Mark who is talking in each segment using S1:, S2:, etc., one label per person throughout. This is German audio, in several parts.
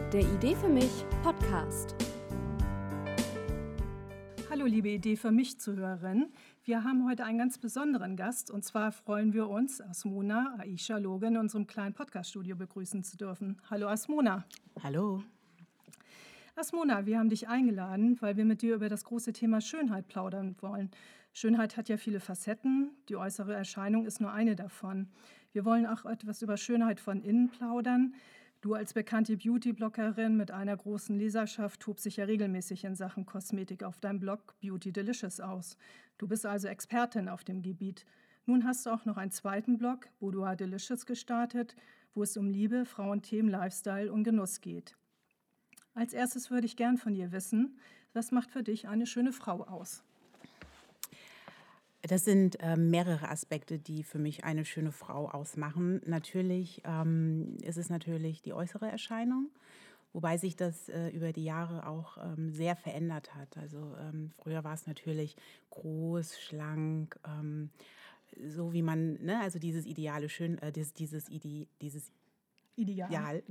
S1: Der Idee für mich Podcast.
S2: Hallo liebe Idee für mich Zuhörerin. Wir haben heute einen ganz besonderen Gast und zwar freuen wir uns, Asmona Aisha Loge in unserem kleinen Podcast-Studio begrüßen zu dürfen. Hallo Asmona.
S3: Hallo.
S2: Asmona, wir haben dich eingeladen, weil wir mit dir über das große Thema Schönheit plaudern wollen. Schönheit hat ja viele Facetten, die äußere Erscheinung ist nur eine davon. Wir wollen auch etwas über Schönheit von innen plaudern. Du als bekannte Beauty-Bloggerin mit einer großen Leserschaft tobst dich ja regelmäßig in Sachen Kosmetik auf deinem Blog Beauty Delicious aus. Du bist also Expertin auf dem Gebiet. Nun hast du auch noch einen zweiten Blog, Boudoir Delicious, gestartet, wo es um Liebe, Frauenthemen, Lifestyle und Genuss geht. Als erstes würde ich gern von dir wissen, was macht für dich eine schöne Frau aus?
S3: Das sind mehrere Aspekte, die für mich eine schöne Frau ausmachen. Natürlich ist es natürlich die äußere Erscheinung, wobei sich das über die Jahre auch sehr verändert hat. Also früher war es natürlich groß, schlank, so wie man, ne, also dieses ideale dieses Ideal,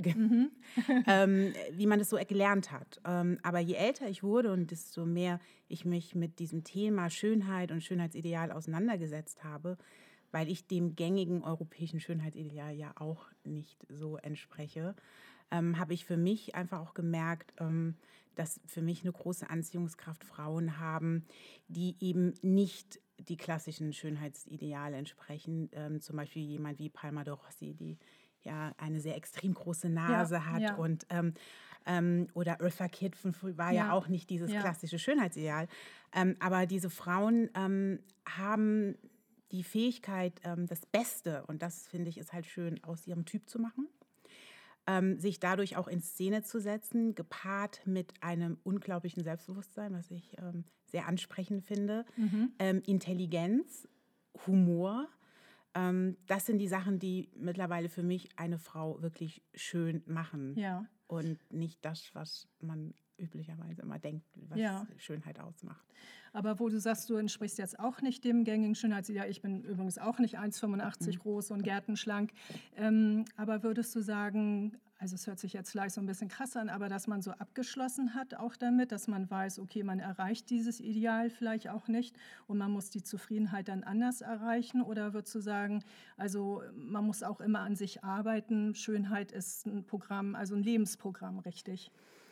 S3: wie man es so gelernt hat. Aber je älter ich wurde und desto mehr ich mich mit diesem Thema Schönheit und Schönheitsideal auseinandergesetzt habe, weil ich dem gängigen europäischen Schönheitsideal ja auch nicht so entspreche, habe ich für mich einfach auch gemerkt, dass für mich eine große Anziehungskraft Frauen haben, die eben nicht die klassischen Schönheitsideale entsprechen. Zum Beispiel jemand wie Palma de Rossi, die ja eine sehr extrem große Nase hat und oder Eartha Kitt von früh war ja auch nicht dieses klassische Schönheitsideal. Aber diese Frauen haben die Fähigkeit, das Beste, und das finde ich ist halt schön, aus ihrem Typ zu machen, sich dadurch auch in Szene zu setzen, gepaart mit einem unglaublichen Selbstbewusstsein, was ich sehr ansprechend finde, Intelligenz, Humor. Das sind die Sachen, die mittlerweile für mich eine Frau wirklich schön machen.
S2: Ja.
S3: Und nicht das, was man üblicherweise immer denkt, was Schönheit ausmacht.
S2: Aber wo du sagst, du entsprichst jetzt auch nicht dem gängigen Schönheitsideal. Ich bin übrigens auch nicht 1,85 groß und gärtenschlank. Aber würdest du sagen, also es hört sich jetzt gleich so ein bisschen krass an, aber dass man so abgeschlossen hat auch damit, dass man weiß, okay, man erreicht dieses Ideal vielleicht auch nicht und man muss die Zufriedenheit dann anders erreichen? Oder würdest du sagen, also man muss auch immer an sich arbeiten, Schönheit ist ein Programm, also ein Lebensprogramm, richtig?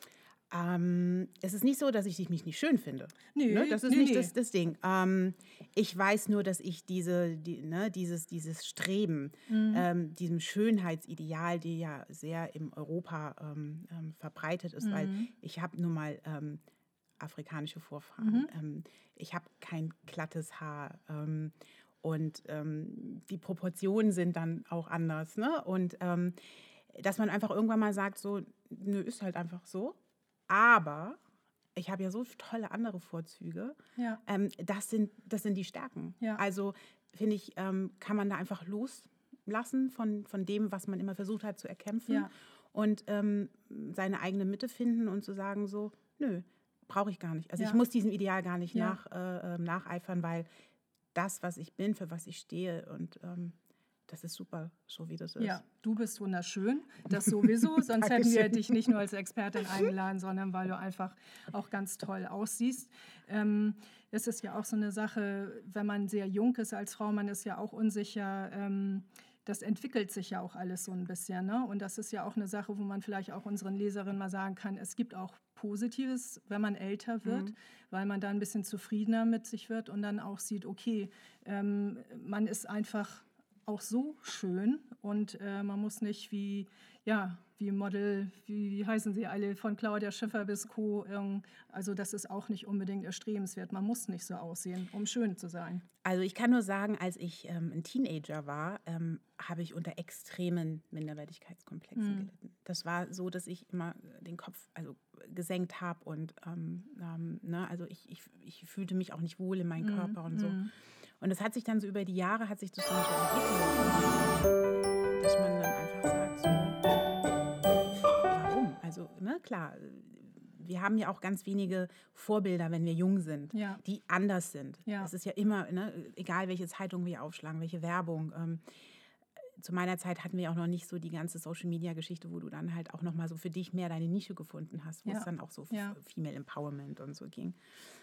S3: Es ist nicht so, dass ich mich nicht schön finde.
S2: Nee,
S3: ne? Das ist nicht das Ding. Ich weiß nur, dass ich dieses Streben, diesem Schönheitsideal, die ja sehr im Europa verbreitet ist, weil ich habe nun mal afrikanische Vorfahren. Ich habe kein glattes Haar. Und die Proportionen sind dann auch anders. Ne? Und dass man einfach irgendwann mal sagt, so, nö, ist halt einfach so. Aber ich habe ja so tolle andere Vorzüge.
S2: Ja.
S3: Das sind die Stärken.
S2: Ja.
S3: Also finde ich, kann man da einfach loslassen von dem, was man immer versucht hat zu erkämpfen und seine eigene Mitte finden und zu sagen so, nö, brauche ich gar nicht. Also ich muss diesem Ideal gar nicht nacheifern, weil das, was ich bin, für was ich stehe und das ist super, so wie das ist.
S2: Ja, du bist wunderschön, das sowieso. Sonst hätten wir dich nicht nur als Expertin eingeladen, sondern weil du einfach auch ganz toll aussiehst. Es ist ja auch so eine Sache, wenn man sehr jung ist als Frau, man ist ja auch unsicher. Das entwickelt sich ja auch alles so ein bisschen. Ne? Und das ist ja auch eine Sache, wo man vielleicht auch unseren Leserinnen mal sagen kann, es gibt auch Positives, wenn man älter wird, weil man da ein bisschen zufriedener mit sich wird und dann auch sieht, okay, man ist einfach auch so schön und man muss nicht wie Model, wie heißen sie alle, von Claudia Schiffer bis Co. Also das ist auch nicht unbedingt erstrebenswert. Man muss nicht so aussehen, um schön zu sein.
S3: Also ich kann nur sagen, als ich ein Teenager war, habe ich unter extremen Minderwertigkeitskomplexen gelitten. Das war so, dass ich immer den Kopf gesenkt habe und also ich fühlte mich auch nicht wohl in meinem Körper und so. Und das hat sich dann so über die Jahre, hat sich das dann so entwickelt, dass man dann einfach sagt, so, warum? Also, ne, klar, wir haben ja auch ganz wenige Vorbilder, wenn wir jung sind, die anders sind. Es ist ja immer, ne, egal welche Zeitung wir aufschlagen, welche Werbung, zu meiner Zeit hatten wir auch noch nicht so die ganze Social-Media-Geschichte, wo du dann halt auch nochmal so für dich mehr deine Nische gefunden hast, wo es dann auch so Female Empowerment und so ging.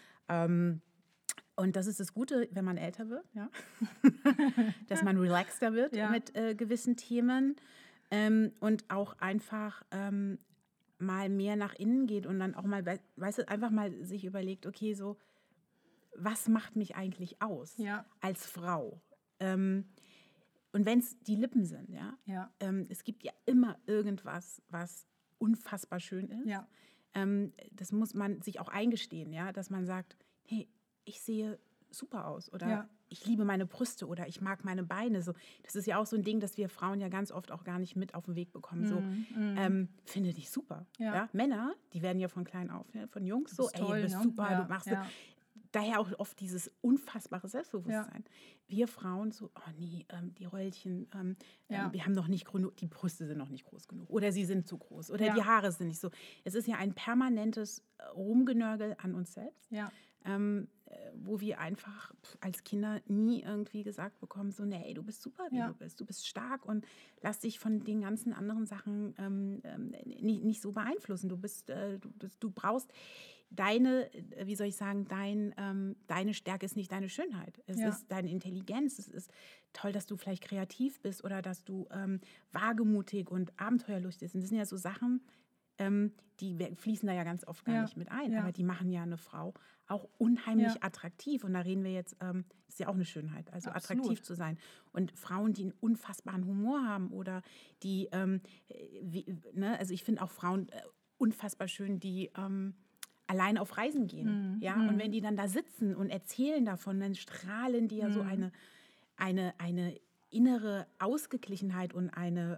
S3: Und das ist das Gute, wenn man älter wird, ja? Dass man relaxter wird mit gewissen Themen und auch einfach mal mehr nach innen geht und dann auch mal, weißt du, einfach mal sich überlegt, okay, so, was macht mich eigentlich aus als Frau? Und wenn es die Lippen sind, es gibt ja immer irgendwas, was unfassbar schön ist.
S2: Ja.
S3: Das muss man sich auch eingestehen, dass man sagt, hey, ich sehe super aus oder ich liebe meine Brüste oder ich mag meine Beine. So, das ist ja auch so ein Ding, das wir Frauen ja ganz oft auch gar nicht mit auf den Weg bekommen. So, finde dich super. Ja. Männer, die werden ja von klein auf, von Jungs so,
S2: toll,
S3: du bist super, du machst daher auch oft dieses unfassbare Selbstbewusstsein. Wir Frauen so, oh nee, die Röllchen, wir haben noch nicht genug, die Brüste sind noch nicht groß genug oder sie sind zu groß oder die Haare sind nicht so. Es ist ja ein permanentes Rumgenörgel an uns selbst, wo wir einfach als Kinder nie irgendwie gesagt bekommen, so, nee, du bist super, wie du bist stark und lass dich von den ganzen anderen Sachen nicht so beeinflussen. Du brauchst deine, wie soll ich sagen, deine Stärke ist nicht deine Schönheit. Es ist deine Intelligenz. Es ist toll, dass du vielleicht kreativ bist oder dass du wagemutig und abenteuerlustig bist. Und das sind ja so Sachen, die fließen da ja ganz oft gar nicht mit ein. Aber die machen ja eine Frau auch unheimlich attraktiv. Und da reden wir jetzt, das ist ja auch eine Schönheit, also
S2: Absolut.
S3: attraktiv zu sein. Und Frauen, die einen unfassbaren Humor haben oder die, also ich finde auch Frauen unfassbar schön, die allein auf Reisen gehen. Und wenn die dann da sitzen und erzählen davon, dann strahlen die ja so eine innere Ausgeglichenheit und eine,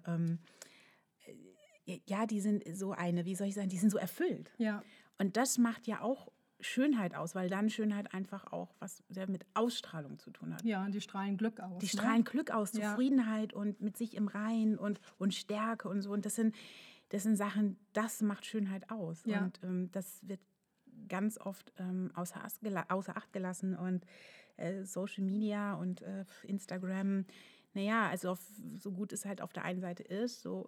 S3: die sind so eine, wie soll ich sagen, die sind so erfüllt.
S2: Ja.
S3: Und das macht ja auch Schönheit aus, weil dann Schönheit einfach auch was sehr mit Ausstrahlung zu tun hat.
S2: Ja, und die strahlen Glück aus.
S3: Die strahlen Glück aus, Zufriedenheit und mit sich im Reinen und Stärke und so. Und das sind Sachen, das macht Schönheit aus.
S2: Ja.
S3: Und das wird ganz oft außer Acht gelassen. Und Social Media und Instagram, also so gut es halt auf der einen Seite ist, so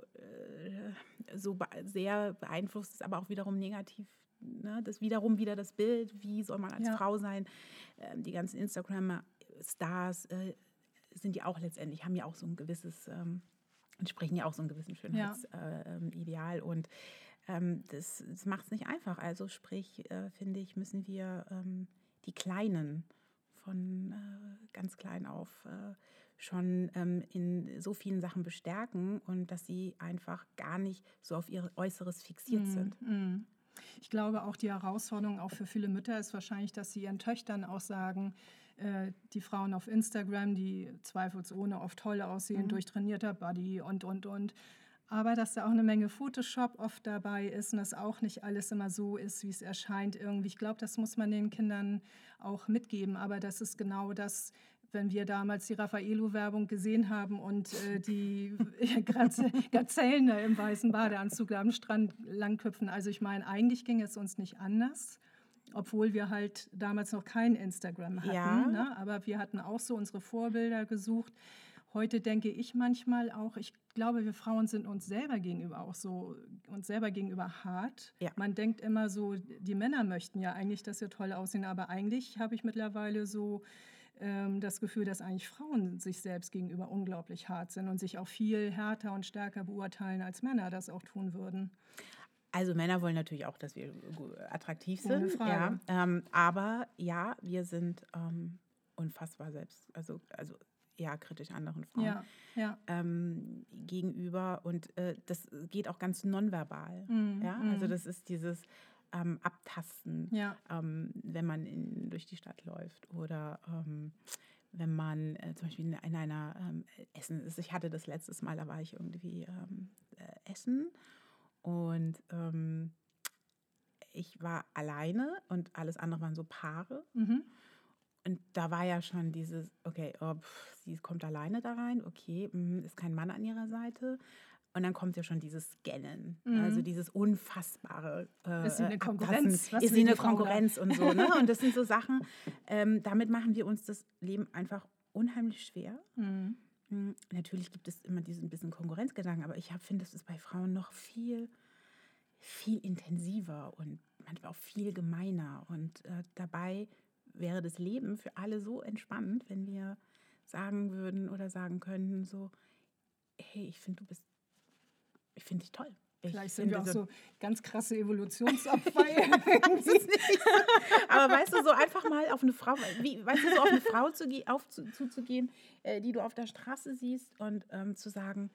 S3: sehr beeinflusst es aber auch wiederum negativ. Ne? Das wiederum wieder das Bild, wie soll man als Frau sein. Die ganzen Instagram-Stars sind ja auch letztendlich, haben ja auch so ein gewisses, entsprechen ja auch so einem gewissen Schönheitsideal und das macht es nicht einfach. Also sprich, finde ich, müssen wir die Kleinen von ganz klein auf schon in so vielen Sachen bestärken und dass sie einfach gar nicht so auf ihr Äußeres fixiert sind.
S2: Ich glaube auch, die Herausforderung auch für viele Mütter ist wahrscheinlich, dass sie ihren Töchtern auch sagen, die Frauen auf Instagram, die zweifelsohne oft toll aussehen, durchtrainierter Body und. Aber dass da auch eine Menge Photoshop oft dabei ist und dass auch nicht alles immer so ist, wie es erscheint irgendwie. Ich glaube, das muss man den Kindern auch mitgeben. Aber das ist genau das, wenn wir damals die Raffaello-Werbung gesehen haben und die Gazellen im weißen Badeanzug am Strand langköpfen. Also ich meine, eigentlich ging es uns nicht anders, obwohl wir halt damals noch kein Instagram hatten. Ne? Aber wir hatten auch so unsere Vorbilder gesucht. Heute denke ich manchmal auch, ich glaube, wir Frauen sind uns selber gegenüber hart.
S3: Ja.
S2: Man denkt immer so, die Männer möchten ja eigentlich, dass wir toll aussehen, aber eigentlich habe ich mittlerweile so das Gefühl, dass eigentlich Frauen sich selbst gegenüber unglaublich hart sind und sich auch viel härter und stärker beurteilen, als Männer das auch tun würden.
S3: Also Männer wollen natürlich auch, dass wir attraktiv sind.
S2: Ohne Frage.
S3: Aber wir sind unfassbar selbst, also kritisch anderen Frauen gegenüber und das geht auch ganz nonverbal. Also das ist dieses Abtasten, wenn man durch die Stadt läuft oder wenn man zum Beispiel in einer Essen ist. Ich hatte das letztes Mal, da war ich irgendwie essen und ich war alleine und alles andere waren so Paare. Und da war ja schon dieses, okay, sie kommt alleine da rein, okay, ist kein Mann an ihrer Seite. Und dann kommt ja schon dieses Scannen, also dieses unfassbare
S2: Ist sie eine Konkurrenz?
S3: Ist sie eine Konkurrenz und so. Ne? Und das sind so Sachen, damit machen wir uns das Leben einfach unheimlich schwer. Natürlich gibt es immer diesen bisschen Konkurrenzgedanken, aber ich finde, das ist bei Frauen noch viel, viel intensiver und manchmal auch viel gemeiner. Und dabei wäre das Leben für alle so entspannt, wenn wir sagen würden oder sagen könnten, so, hey, ich finde dich toll.
S2: Vielleicht sind wir auch so ganz krasse Evolutionsabfälle.
S3: Aber weißt du, so einfach mal auf eine Frau, so auf eine Frau zuzugehen, die du auf der Straße siehst und zu sagen,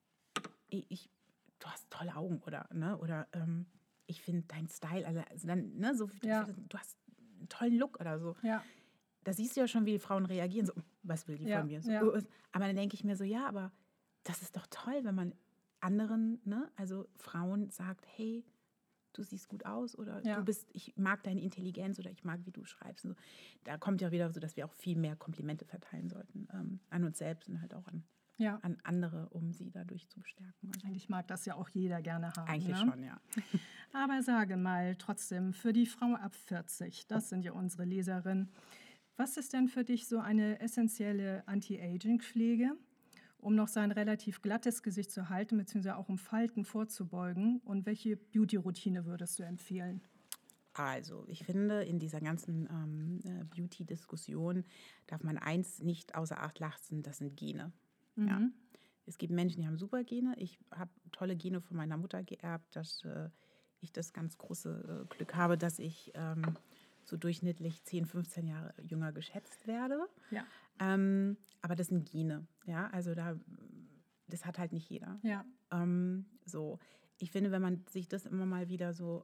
S3: du hast tolle Augen oder ich finde deinen Style, also dann, ne, so, du hast einen tollen Look oder so.
S2: Ja.
S3: Da siehst du ja schon, wie die Frauen reagieren, so, was will die von mir? So, aber dann denke ich mir so, ja, aber das ist doch toll, wenn man anderen, ne, also Frauen sagt, hey, du siehst gut aus oder ich mag deine Intelligenz oder ich mag, wie du schreibst. So. Da kommt ja wieder so, dass wir auch viel mehr Komplimente verteilen sollten an uns selbst und halt auch an andere, um sie dadurch zu bestärken. Also
S2: eigentlich mag das ja auch jeder gerne haben.
S3: Eigentlich schon, ja.
S2: Aber sage mal trotzdem, für die Frau ab 40, das sind ja unsere Leserinnen, was ist denn für dich so eine essentielle Anti-Aging-Pflege, um noch sein relativ glattes Gesicht zu halten, beziehungsweise auch um Falten vorzubeugen? Und welche Beauty-Routine würdest du empfehlen?
S3: Also, ich finde, in dieser ganzen Beauty-Diskussion darf man eins nicht außer Acht lassen, das sind Gene. Ja. Es gibt Menschen, die haben super Gene. Ich habe tolle Gene von meiner Mutter geerbt, dass ich das ganz große Glück habe, dass ich so durchschnittlich 10, 15 Jahre jünger geschätzt werde.
S2: Ja.
S3: Aber das sind Gene. Ja, also das hat halt nicht jeder.
S2: Ja.
S3: So, ich finde, wenn man sich das immer mal wieder so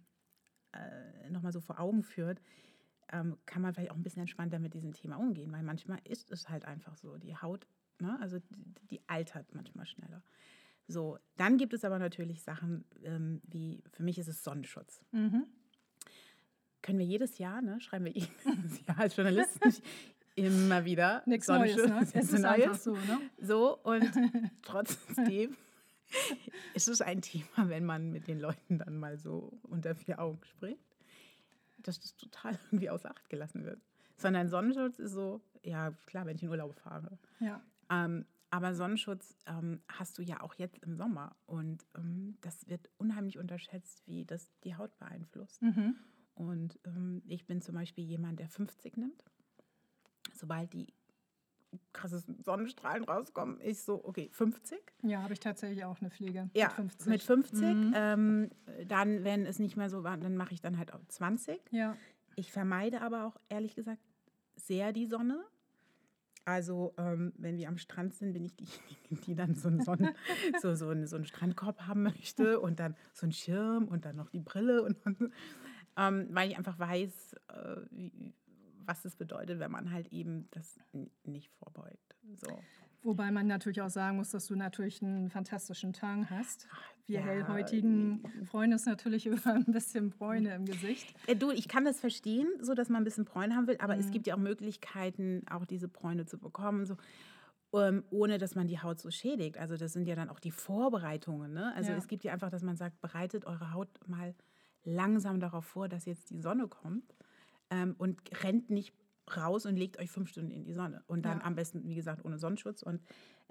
S3: nochmal so vor Augen führt, kann man vielleicht auch ein bisschen entspannter mit diesem Thema umgehen, weil manchmal ist es halt einfach so, die Haut, ne, also die altert manchmal schneller. So, dann gibt es aber natürlich Sachen, wie, für mich ist es Sonnenschutz. Können wir jedes Jahr, ne, schreiben wir jedes Jahr als Journalisten immer wieder.
S2: Nichts Neues, ne? Es ist einfach so, ne?
S3: So, und trotzdem ist es ein Thema, wenn man mit den Leuten dann mal so unter 4 Augen spricht, dass das total irgendwie außer Acht gelassen wird. Sondern Sonnenschutz ist so, ja klar, wenn ich in Urlaub fahre.
S2: Ja.
S3: Aber Sonnenschutz hast du ja auch jetzt im Sommer. Und das wird unheimlich unterschätzt, wie das die Haut beeinflusst. Und ich bin zum Beispiel jemand, der 50 nimmt. Sobald die krasse Sonnenstrahlen rauskommen, ich so, okay, 50.
S2: Ja, habe ich tatsächlich auch eine Pflege
S3: Ja,
S2: mit 50.
S3: Dann, wenn es nicht mehr so war, dann mache ich dann halt auch 20.
S2: Ja.
S3: Ich vermeide aber auch, ehrlich gesagt, sehr die Sonne. Also, wenn wir am Strand sind, bin ich diejenige, die dann so einen Strandkorb haben möchte und dann so einen Schirm und dann noch die Brille. Weil ich einfach weiß, was es bedeutet, wenn man halt eben das nicht vorbeugt. So.
S2: Wobei man natürlich auch sagen muss, dass du natürlich einen fantastischen Tang hast. Wir hellhäutigen freuen uns natürlich über ein bisschen Bräune im Gesicht.
S3: Du, ich kann das verstehen, so dass man ein bisschen Bräune haben will, aber es gibt ja auch Möglichkeiten, auch diese Bräune zu bekommen, so, ohne dass man die Haut so schädigt. Also das sind ja dann auch die Vorbereitungen. Ne? Also es gibt ja einfach, dass man sagt, bereitet eure Haut mal langsam darauf vor, dass jetzt die Sonne kommt. Und rennt nicht raus und legt euch 5 Stunden in die Sonne. Und dann am besten, wie gesagt, ohne Sonnenschutz. Und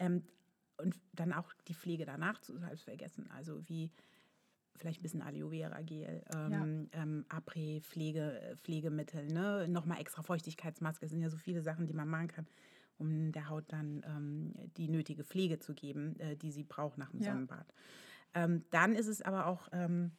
S3: dann auch die Pflege danach zu vergessen. Also wie vielleicht ein bisschen Aloe Vera Gel, Après, Pflegemittel, ne? Nochmal extra Feuchtigkeitsmaske. Es sind ja so viele Sachen, die man machen kann, um der Haut dann die nötige Pflege zu geben, die sie braucht nach dem Sonnenbad. Dann ist es aber auch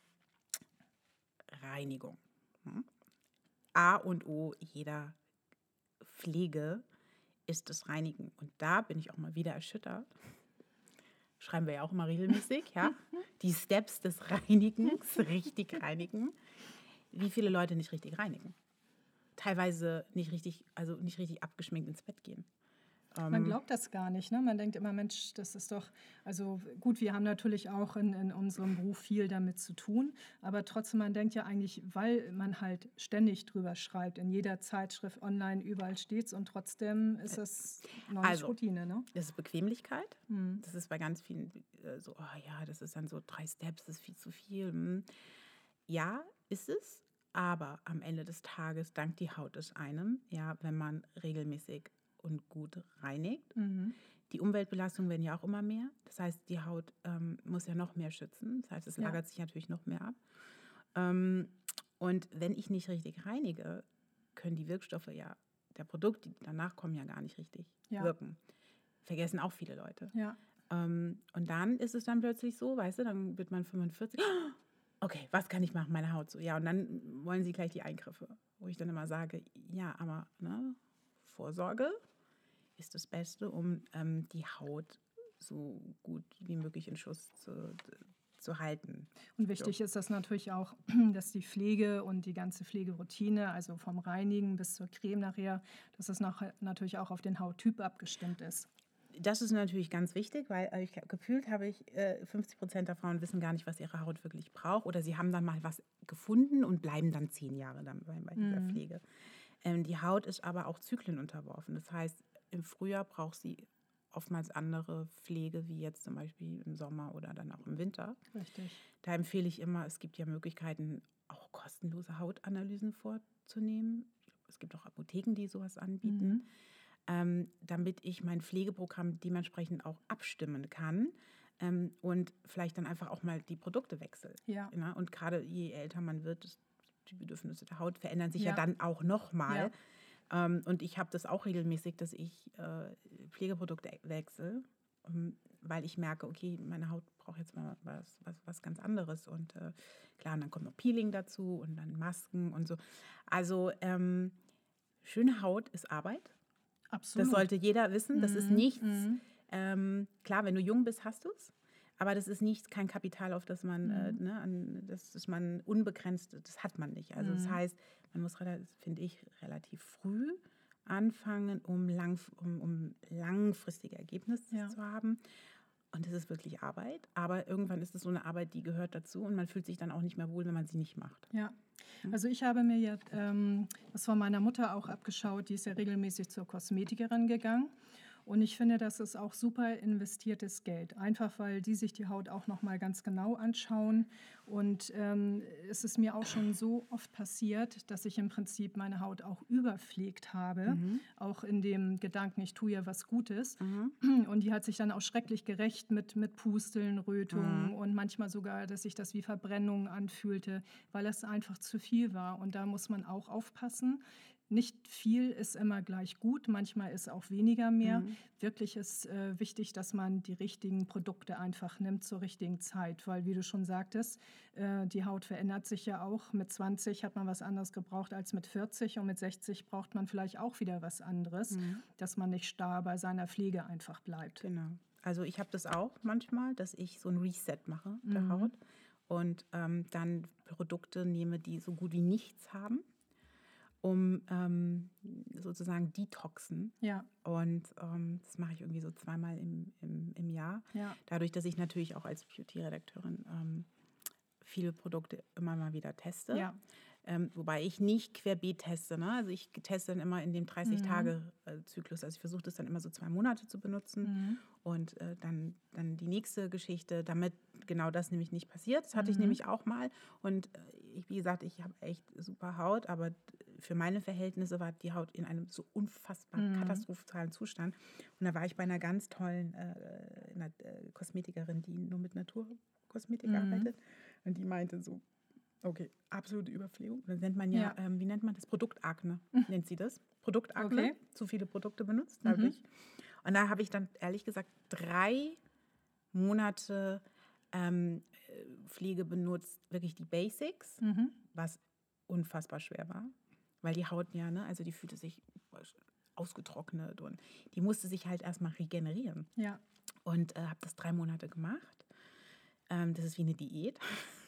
S3: Reinigung. A und O jeder Pflege ist das Reinigen. Und da bin ich auch mal wieder erschüttert. Schreiben wir ja auch immer regelmäßig, ja. Die Steps des Reinigens, richtig reinigen. Wie viele Leute nicht richtig reinigen. Teilweise nicht richtig abgeschminkt ins Bett gehen.
S2: Man glaubt das gar nicht, ne? Man denkt immer, Mensch, das ist doch, also gut, wir haben natürlich auch in unserem Beruf viel damit zu tun, aber trotzdem, man denkt ja eigentlich, weil man halt ständig drüber schreibt, in jeder Zeitschrift, online, überall steht's und trotzdem ist es noch nicht Routine, ne?
S3: Das ist Bequemlichkeit. Das ist bei ganz vielen so, oh ja, das ist dann so 3 Steps, das ist viel zu viel. Ja, ist es, aber am Ende des Tages dankt die Haut es einem, ja, wenn man regelmäßig und gut reinigt. Die Umweltbelastungen werden ja auch immer mehr. Das heißt, die Haut muss ja noch mehr schützen. Das heißt, es lagert sich natürlich noch mehr ab. Und wenn ich nicht richtig reinige, können die Wirkstoffe der Produkte, die danach kommen, ja gar nicht richtig wirken. Vergessen auch viele Leute.
S2: Ja.
S3: Und dann ist es dann plötzlich so, weißt du, dann wird man 45. Okay, was kann ich machen, meine Haut so? Ja, und dann wollen sie gleich die Eingriffe. Wo ich dann immer sage, ja, aber Vorsorge ist das Beste, um die Haut so gut wie möglich in Schuss zu halten.
S2: Und wichtig ist das natürlich auch, dass die Pflege und die ganze Pflegeroutine, also vom Reinigen bis zur Creme nachher, dass es natürlich auch auf den Hauttyp abgestimmt ist.
S3: Das ist natürlich ganz wichtig, weil gefühlt habe ich 50% der Frauen wissen gar nicht, was ihre Haut wirklich braucht. Oder sie haben dann mal was gefunden und bleiben dann 10 Jahre dann bei dieser Pflege. Die Haut ist aber auch Zyklen unterworfen. Das heißt, im Frühjahr braucht sie oftmals andere Pflege, wie jetzt zum Beispiel im Sommer oder dann auch im Winter.
S2: Richtig.
S3: Da empfehle ich immer, es gibt ja Möglichkeiten, auch kostenlose Hautanalysen vorzunehmen. Es gibt auch Apotheken, die sowas anbieten. Damit ich mein Pflegeprogramm dementsprechend auch abstimmen kann und vielleicht dann einfach auch mal die Produkte wechsle.
S2: Ja.
S3: Und gerade je älter man wird, die Bedürfnisse der Haut verändern sich ja dann auch nochmal. Und ich habe das auch regelmäßig, dass ich Pflegeprodukte wechsle, weil ich merke, okay, meine Haut braucht jetzt mal was ganz anderes. Und klar, und dann kommt noch Peeling dazu und dann Masken und so. Also schöne Haut ist Arbeit.
S2: Absolut.
S3: Das sollte jeder wissen. Das ist nichts. Klar, wenn du jung bist, hast du es. Aber das ist kein Kapital, auf das man, das man unbegrenzt, das hat man nicht. Also das heißt, man muss, finde ich, relativ früh anfangen, um langfristige Ergebnisse zu haben. Und das ist wirklich Arbeit. Aber irgendwann ist es so eine Arbeit, die gehört dazu. Und man fühlt sich dann auch nicht mehr wohl, wenn man sie nicht macht.
S2: Ja. Also ich habe mir jetzt das von meiner Mutter auch abgeschaut. Die ist ja regelmäßig zur Kosmetikerin gegangen. Und ich finde, das ist auch super investiertes Geld. Einfach, weil die sich die Haut auch noch mal ganz genau anschauen. Und es ist mir auch schon so oft passiert, dass ich im Prinzip meine Haut auch überpflegt habe. Auch in dem Gedanken, ich tue ja was Gutes. Und die hat sich dann auch schrecklich gerächt mit Pusteln, Rötungen und manchmal sogar, dass sich das wie Verbrennung anfühlte, weil es einfach zu viel war. Und da muss man auch aufpassen. Nicht viel ist immer gleich gut, manchmal ist auch weniger mehr. Wirklich ist wichtig, dass man die richtigen Produkte einfach nimmt zur richtigen Zeit, weil wie du schon sagtest, die Haut verändert sich ja auch. Mit 20 hat man was anderes gebraucht als mit 40 und mit 60 braucht man vielleicht auch wieder was anderes, dass man nicht starr bei seiner Pflege einfach bleibt.
S3: Genau. Also ich habe das auch manchmal, dass ich so ein Reset mache der Haut und dann Produkte nehme, die so gut wie nichts haben, um sozusagen detoxen.
S2: Ja.
S3: Und das mache ich irgendwie so 2-mal im Jahr.
S2: Ja.
S3: Dadurch, dass ich natürlich auch als Beauty-Redakteurin viele Produkte immer mal wieder teste.
S2: Ja.
S3: Wobei ich nicht querbeet teste. Ne? Also ich teste dann immer in dem 30-Tage-Zyklus. Also ich versuche das dann immer so 2 Monate zu benutzen. Und dann die nächste Geschichte, damit genau das nämlich nicht passiert. Das hatte ich nämlich auch mal. Und wie gesagt, ich habe echt super Haut, aber für meine Verhältnisse war die Haut in einem so unfassbar katastrophalen Zustand. Und da war ich bei einer ganz tollen Kosmetikerin, die nur mit Naturkosmetik arbeitet. Und die meinte so, okay, absolute Überpflegung. Das nennt man ja, wie nennt man das? Produktakne, nennt sie das. Produktakne, zu viele Produkte benutzt, glaube ich. Und da habe ich dann ehrlich gesagt 3 Monate Pflege benutzt, wirklich die Basics, was unfassbar schwer war. Weil die Haut ja, also die fühlte sich ausgetrocknet und die musste sich halt erstmal regenerieren.
S2: Ja.
S3: Und habe das 3 Monate gemacht. Das ist wie eine Diät.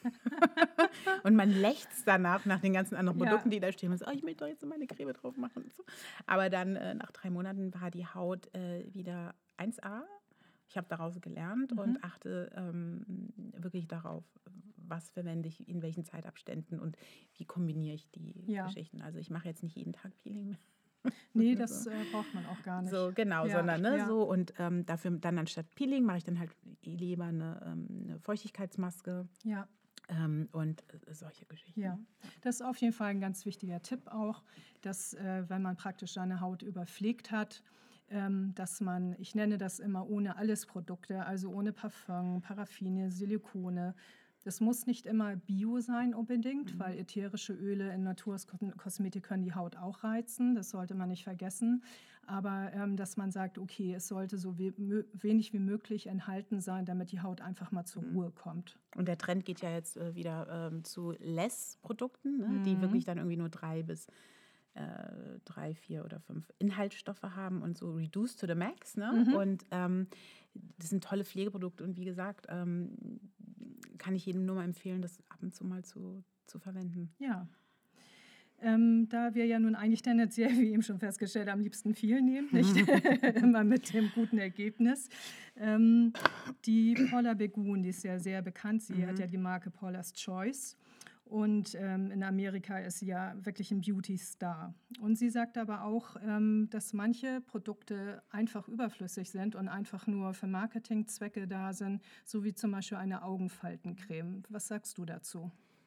S3: Und man lechzt danach nach den ganzen anderen Produkten, die da stehen. Und so, ich möchte doch jetzt meine Creme drauf machen. Und so. Aber dann nach 3 Monaten war die Haut wieder 1A. Ich habe daraus gelernt und achte wirklich darauf, was verwende ich in welchen Zeitabständen und wie kombiniere ich die Geschichten. Also ich mache jetzt nicht jeden Tag Peeling mehr.
S2: Nee, das braucht man auch gar nicht.
S3: So, genau, sondern so. Und dafür dann anstatt Peeling mache ich dann halt lieber eine Feuchtigkeitsmaske.
S2: Ja.
S3: Und solche Geschichten.
S2: Ja, das ist auf jeden Fall ein ganz wichtiger Tipp auch, dass wenn man praktisch seine Haut überpflegt hat, dass man, ich nenne das immer ohne alles Produkte, also ohne Parfum, Paraffine, Silikone. Das muss nicht immer Bio sein unbedingt, weil ätherische Öle in Naturkosmetik können die Haut auch reizen. Das sollte man nicht vergessen. Aber dass man sagt, okay, es sollte so wenig wie möglich enthalten sein, damit die Haut einfach mal zur Ruhe kommt.
S3: Und der Trend geht ja jetzt wieder zu Less-Produkten, ne, die wirklich dann irgendwie nur 3, 4 oder 5 Inhaltsstoffe haben und so reduced to the max. Ne? Und das sind tolle Pflegeprodukte und wie gesagt, kann ich jedem nur mal empfehlen, das ab und zu mal zu verwenden.
S2: Ja. Da wir ja nun eigentlich tendenziell, wie eben schon festgestellt, am liebsten viel nehmen, nicht immer mit dem guten Ergebnis. Die Paula Begun, die ist ja sehr bekannt, sie hat ja die Marke Paula's Choice. Und in Amerika ist sie ja wirklich ein Beauty-Star. Und sie sagt aber auch, dass manche Produkte einfach überflüssig sind und einfach nur für Marketingzwecke da sind, so wie zum Beispiel eine Augenfaltencreme. Was sagst du dazu?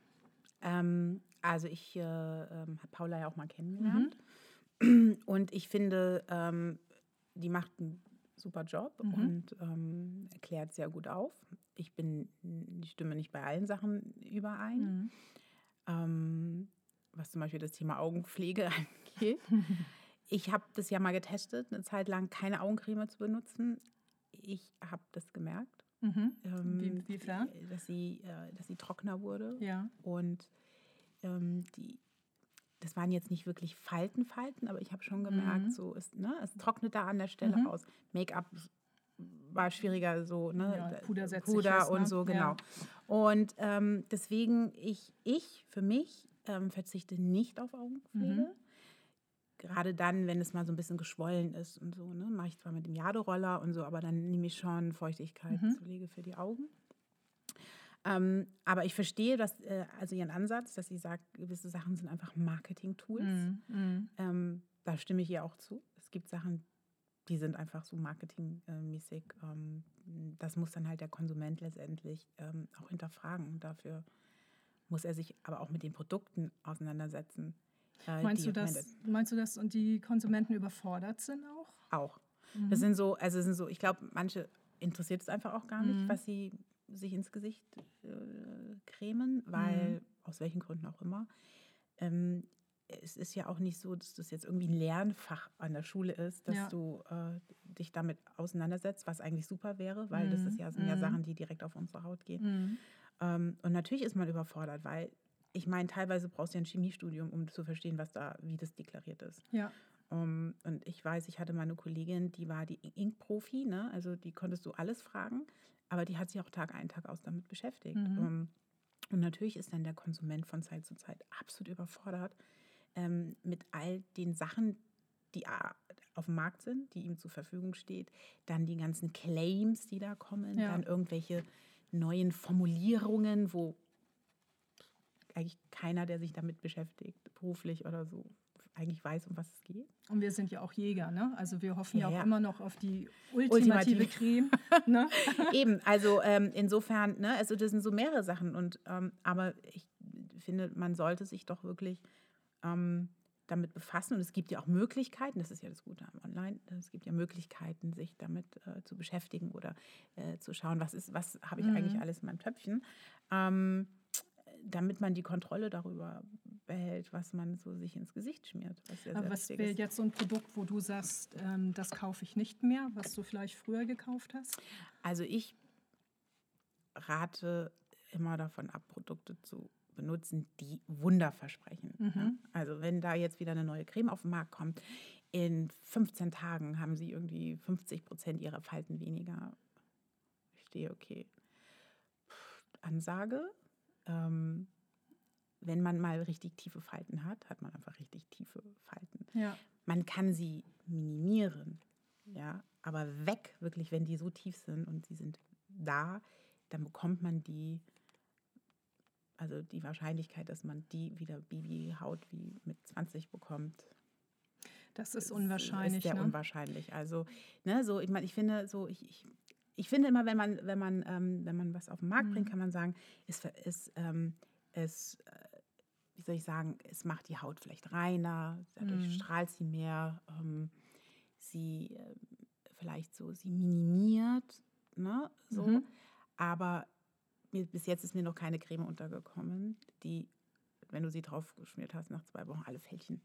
S3: Also ich habe Paula ja auch mal kennengelernt. Und ich finde, die macht einen super Job und erklärt sehr gut auf. Ich stimme nicht bei allen Sachen überein. Was zum Beispiel das Thema Augenpflege angeht. Ich habe das ja mal getestet, eine Zeit lang keine Augencreme zu benutzen. Ich habe das gemerkt,
S2: Inwiefern?
S3: dass sie trockener wurde.
S2: Ja.
S3: Und das waren jetzt nicht wirklich Falten, aber ich habe schon gemerkt, so es trocknet da an der Stelle aus. Make-up war schwieriger, so, ne?
S2: Ja, Puder setzt sich
S3: Puder
S2: fest,
S3: und
S2: ne?
S3: so, genau.
S2: Ja.
S3: Und deswegen, ich für mich verzichte nicht auf Augenpflege. Gerade dann, wenn es mal so ein bisschen geschwollen ist und so, ne? Mache ich zwar mit dem Jade-Roller und so, aber dann nehme ich schon Feuchtigkeitspflege für die Augen. Aber ich verstehe, also ihren Ansatz, dass sie sagt, gewisse Sachen sind einfach Marketing-Tools. Da stimme ich ihr auch zu. Es gibt Sachen, die sind einfach so marketingmäßig. Das muss dann halt der Konsument letztendlich auch hinterfragen. Und dafür muss er sich aber auch mit den Produkten auseinandersetzen.
S2: Meinst du, dass und die Konsumenten überfordert sind auch?
S3: Auch. Das sind so, ich glaube, manche interessiert es einfach auch gar nicht, was sie sich ins Gesicht cremen, weil aus welchen Gründen auch immer. Es ist ja auch nicht so, dass das jetzt irgendwie ein Lernfach an der Schule ist, dass du dich damit auseinandersetzt, was eigentlich super wäre, weil das sind ja Sachen, die direkt auf unsere Haut gehen. Und natürlich ist man überfordert, weil ich meine, teilweise brauchst du ja ein Chemiestudium, um zu verstehen, wie das deklariert ist.
S2: Ja.
S3: Und ich weiß, ich hatte mal eine Kollegin, die war die Ink-Profi, ne? Also die konntest du alles fragen, aber die hat sich auch Tag ein, Tag aus damit beschäftigt. Und natürlich ist dann der Konsument von Zeit zu Zeit absolut überfordert mit all den Sachen, die auf dem Markt sind, die ihm zur Verfügung steht. Dann die ganzen Claims, die da kommen, dann irgendwelche neuen Formulierungen, wo eigentlich keiner, der sich damit beschäftigt, beruflich oder so, eigentlich weiß, um was es geht.
S2: Und wir sind ja auch Jäger, ne? Also wir hoffen ja auch
S3: Ja.
S2: immer noch auf die ultimative Creme. Ne?
S3: Eben, also insofern, ne, also das sind so mehrere Sachen. Aber ich finde, man sollte sich doch wirklich damit befassen. Und es gibt ja auch Möglichkeiten, das ist ja das Gute am Online, es gibt ja Möglichkeiten, sich damit zu beschäftigen oder zu schauen, was habe ich eigentlich alles in meinem Töpfchen. Damit man die Kontrolle darüber behält, was man so sich ins Gesicht schmiert.
S2: Aber was wäre jetzt so ein Produkt, wo du sagst, das kaufe ich nicht mehr, was du vielleicht früher gekauft hast?
S3: Also ich rate immer davon ab, Produkte zu benutzen, die Wunder versprechen. Ja? Also wenn da jetzt wieder eine neue Creme auf den Markt kommt, in 15 Tagen haben sie irgendwie 50% ihrer Falten weniger. Ich stehe, okay. Ansage. Wenn man mal richtig tiefe Falten hat, hat man einfach richtig tiefe Falten.
S2: Ja.
S3: Man kann sie minimieren, ja, aber weg, wirklich, wenn die so tief sind und sie sind da, dann bekommt man die Wahrscheinlichkeit, dass man die wieder Babyhaut wie mit 20 bekommt.
S2: Das ist unwahrscheinlich.
S3: Ist sehr unwahrscheinlich. Also, ne, so, ich meine, ich finde so, ich finde immer, wenn man was auf den Markt bringt, kann man sagen, wie soll ich sagen, es macht die Haut vielleicht reiner, dadurch strahlt sie mehr, sie vielleicht so, sie minimiert, ne, so. Aber bis jetzt ist mir noch keine Creme untergekommen, die, wenn du sie drauf geschmiert hast, nach 2 Wochen alle Fältchen.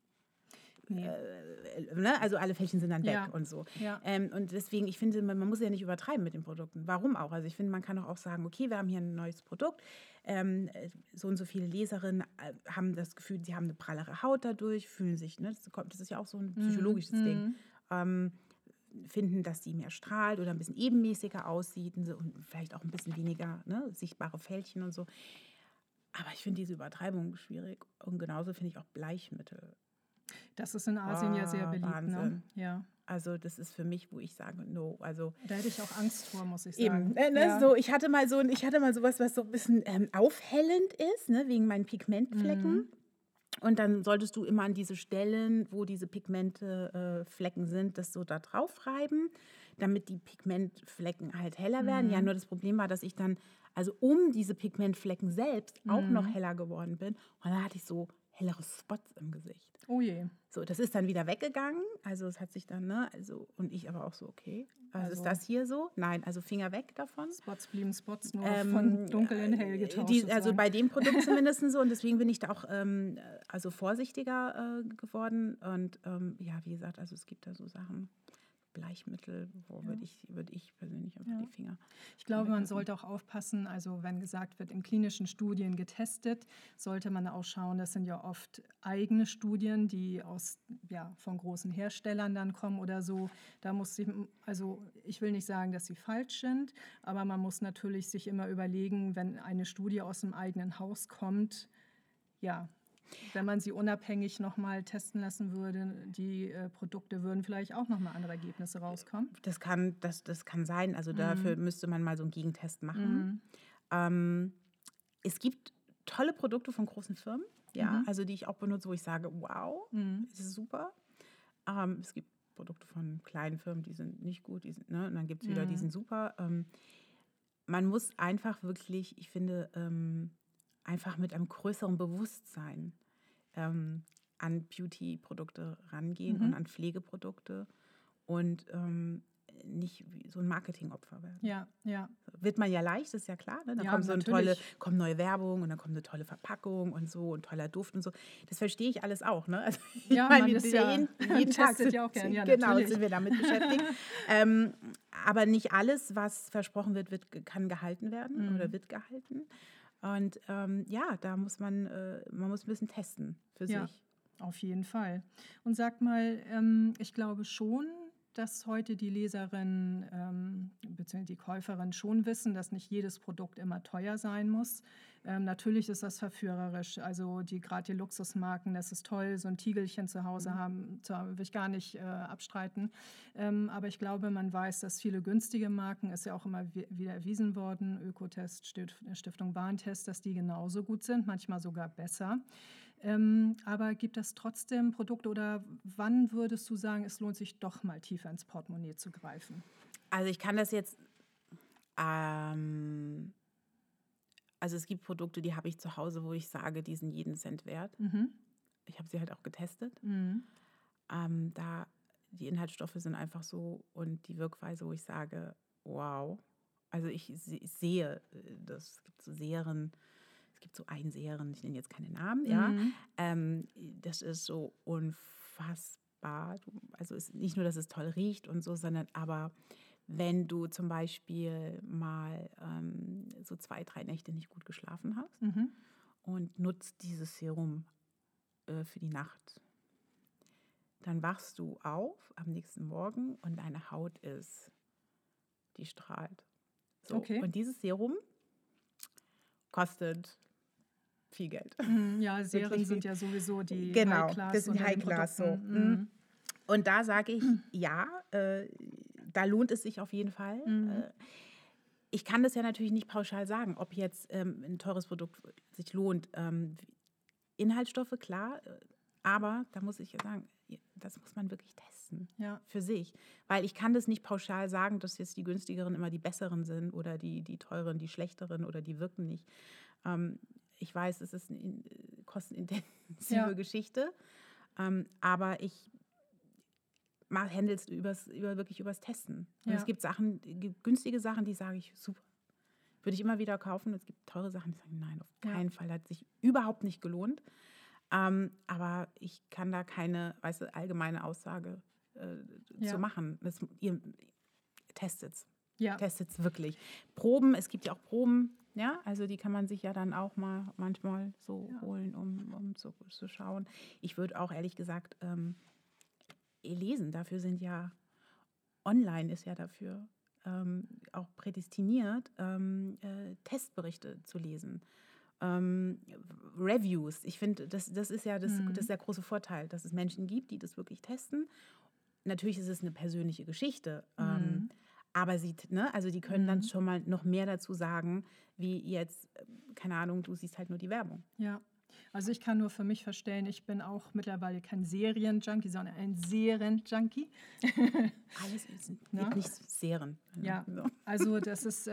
S3: Ne? Also alle Fältchen sind dann weg und so.
S2: Ja.
S3: Und deswegen, ich finde, man muss ja nicht übertreiben mit den Produkten. Warum auch? Also ich finde, man kann doch auch sagen, okay, wir haben hier ein neues Produkt. So und so viele Leserinnen haben das Gefühl, sie haben eine prallere Haut dadurch, fühlen sich, ne? Das ist ja auch so ein psychologisches Ding. Finden, dass sie mehr strahlt oder ein bisschen ebenmäßiger aussieht und vielleicht auch ein bisschen weniger, ne, sichtbare Fältchen und so. Aber ich finde diese Übertreibung schwierig. Und genauso finde ich auch Bleichmittel.
S2: Das ist in Asien ja sehr beliebt.
S3: Wahnsinn.
S2: Ne? Ja.
S3: Also das ist für mich, wo ich sage, no. Also
S2: da hätte ich auch Angst vor, muss ich sagen.
S3: Eben, ne, so, ich hatte mal sowas, was so ein bisschen aufhellend ist, ne, wegen meinen Pigmentflecken. Und dann solltest du immer an diese Stellen, wo diese Pigmentflecken sind, das so da drauf reiben, damit die Pigmentflecken halt heller werden. Ja, nur das Problem war, dass ich dann, also um diese Pigmentflecken selbst auch noch heller geworden bin. Und dann hatte ich so hellere Spots im Gesicht.
S2: Oh je.
S3: So, das ist dann wieder weggegangen. Also es hat sich dann, ne, also und ich aber auch so, okay. Also ist das hier so? Nein, also Finger weg davon.
S2: Spots blieben Spots, nur von dunkel in hell getauscht.
S3: Also bei dem Produkt zumindest so. Und deswegen bin ich da auch also vorsichtiger geworden. Und ja, wie gesagt, also es gibt da so Sachen, Bleichmittel, wo würde ich persönlich einfach die Finger.
S2: Ich glaube, man sollte auch aufpassen, also wenn gesagt wird, in klinischen Studien getestet, sollte man auch schauen, das sind ja oft eigene Studien, die von großen Herstellern dann kommen oder so. Da also ich will nicht sagen, dass sie falsch sind, aber man muss natürlich sich immer überlegen, wenn eine Studie aus dem eigenen Haus kommt, ja, wenn man sie unabhängig nochmal testen lassen würde, die Produkte würden vielleicht auch nochmal andere Ergebnisse rauskommen.
S3: Das kann sein. Also dafür müsste man mal so einen Gegentest machen. Es gibt tolle Produkte von großen Firmen, also die ich auch benutze, wo ich sage, wow, das ist super. Es gibt Produkte von kleinen Firmen, die sind nicht gut, und dann gibt es wieder, die sind super. Man muss einfach wirklich, ich finde, einfach mit einem größeren Bewusstsein an Beauty-Produkte rangehen und an Pflegeprodukte und nicht wie so ein Marketingopfer werden.
S2: Ja.
S3: Wird man ja leicht, ist ja klar. Ne? Dann kommt neue Werbung und dann kommt eine tolle Verpackung und so und toller Duft und so. Das verstehe ich alles auch. Ne? Also,
S2: man ist jeden Tag
S3: ja auch gerne. Genau, sind wir damit beschäftigt. Aber nicht alles, was versprochen wird, kann gehalten werden oder wird gehalten. Und da muss man muss ein bisschen testen für sich.
S2: Auf jeden Fall. Und sag mal, ich glaube schon, dass heute die Leserinnen bzw. die Käuferinnen schon wissen, dass nicht jedes Produkt immer teuer sein muss. Natürlich ist das verführerisch. Also gerade die Luxusmarken, das ist toll, so ein Tiegelchen zu Hause haben, will ich gar nicht abstreiten. Aber ich glaube, man weiß, dass viele günstige Marken, ist ja auch immer wieder erwiesen worden, Ökotest, Stiftung Warentest, dass die genauso gut sind, manchmal sogar besser. Aber gibt es trotzdem Produkte oder wann würdest du sagen, es lohnt sich doch mal tiefer ins Portemonnaie zu greifen?
S3: Also ich kann das jetzt, also es gibt Produkte, die habe ich zu Hause, wo ich sage, die sind jeden Cent wert. Ich habe sie halt auch getestet. Da die Inhaltsstoffe sind einfach so und die Wirkweise, wo ich sage, wow. Also ich sehe, es gibt so Serien, es gibt so einen Serien, ich nenne jetzt keine Namen, das ist so unfassbar. Also es ist nicht nur, dass es toll riecht und so, sondern aber wenn du zum Beispiel mal so 2, 3 Nächte nicht gut geschlafen hast und nutzt dieses Serum für die Nacht, dann wachst du auf am nächsten Morgen und deine Haut die strahlt. So.
S2: Okay.
S3: Und dieses Serum kostet viel Geld.
S2: Ja, Serien sind ja sowieso die
S3: High-Class. Das sind High-Class so. Und da sage ich, da lohnt es sich auf jeden Fall. Ich kann das ja natürlich nicht pauschal sagen, ob jetzt ein teures Produkt sich lohnt. Inhaltsstoffe, klar, aber da muss ich ja sagen, das muss man wirklich testen für sich. Weil ich kann das nicht pauschal sagen, dass jetzt die günstigeren immer die besseren sind oder die teuren, die schlechteren oder die wirken nicht. Ich weiß, es ist eine kostenintensive Geschichte, aber handelst du wirklich übers Testen. Und es gibt günstige Sachen, die sage ich, super. Würde ich immer wieder kaufen. Es gibt teure Sachen, die sagen, nein, auf keinen Fall. Hat sich überhaupt nicht gelohnt. Aber ich kann da keine, allgemeine Aussage zu machen. Ihr testet's. Ja. Testet's wirklich. Proben, es gibt ja auch Proben, ja, also die kann man sich ja dann auch mal manchmal so holen, um zu schauen. Ich würde auch ehrlich gesagt lesen, dafür sind ja, online ist ja dafür auch prädestiniert, Testberichte zu lesen. Reviews. Ich finde, das ist ja das ist der große Vorteil, dass es Menschen gibt, die das wirklich testen. Natürlich ist es eine persönliche Geschichte, aber die können dann schon mal noch mehr dazu sagen, wie jetzt, keine Ahnung, du siehst halt nur die Werbung.
S2: Ja, also ich kann nur für mich feststellen, ich bin auch mittlerweile kein Serienjunkie, sondern ein Serienjunkie.
S3: Alles ist nicht Serien.
S2: Ja, also das ist...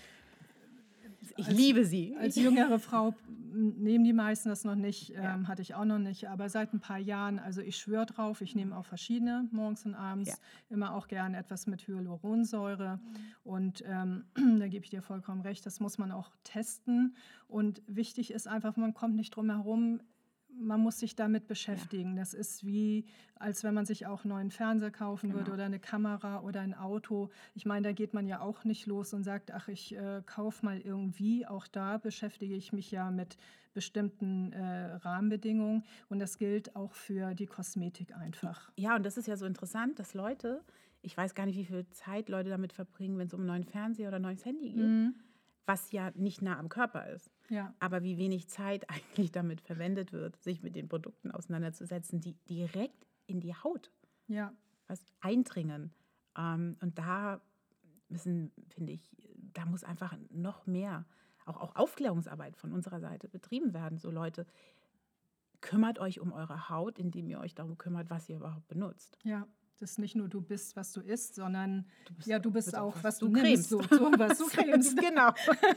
S3: Ich liebe sie.
S2: Als jüngere Frau nehmen die meisten das noch nicht, hatte ich auch noch nicht, aber seit ein paar Jahren, also ich schwöre drauf, ich nehme auch verschiedene, morgens und abends, immer auch gerne etwas mit Hyaluronsäure und da gebe ich dir vollkommen recht, das muss man auch testen und wichtig ist einfach, man kommt nicht drum herum, man muss sich damit beschäftigen. Ja. Das ist wie, als wenn man sich auch einen neuen Fernseher kaufen würde oder eine Kamera oder ein Auto. Ich meine, da geht man ja auch nicht los und sagt, ach, ich kaufe mal irgendwie. Auch da beschäftige ich mich ja mit bestimmten Rahmenbedingungen. Und das gilt auch für die Kosmetik einfach.
S3: Ja, und das ist ja so interessant, dass Leute, ich weiß gar nicht, wie viel Zeit Leute damit verbringen, wenn es um einen neuen Fernseher oder ein neues Handy geht, was ja nicht nah am Körper ist. Ja. Aber wie wenig Zeit eigentlich damit verwendet wird, sich mit den Produkten auseinanderzusetzen, die direkt in die Haut eindringen. Und da finde ich, da muss einfach noch mehr, auch Aufklärungsarbeit von unserer Seite betrieben werden. So Leute, kümmert euch um eure Haut, indem ihr euch darum kümmert, was ihr überhaupt benutzt.
S2: Ja. Das ist nicht nur du bist, was du isst, sondern du bist auch, was du
S3: cremst.
S2: So, was du cremst.
S3: Genau.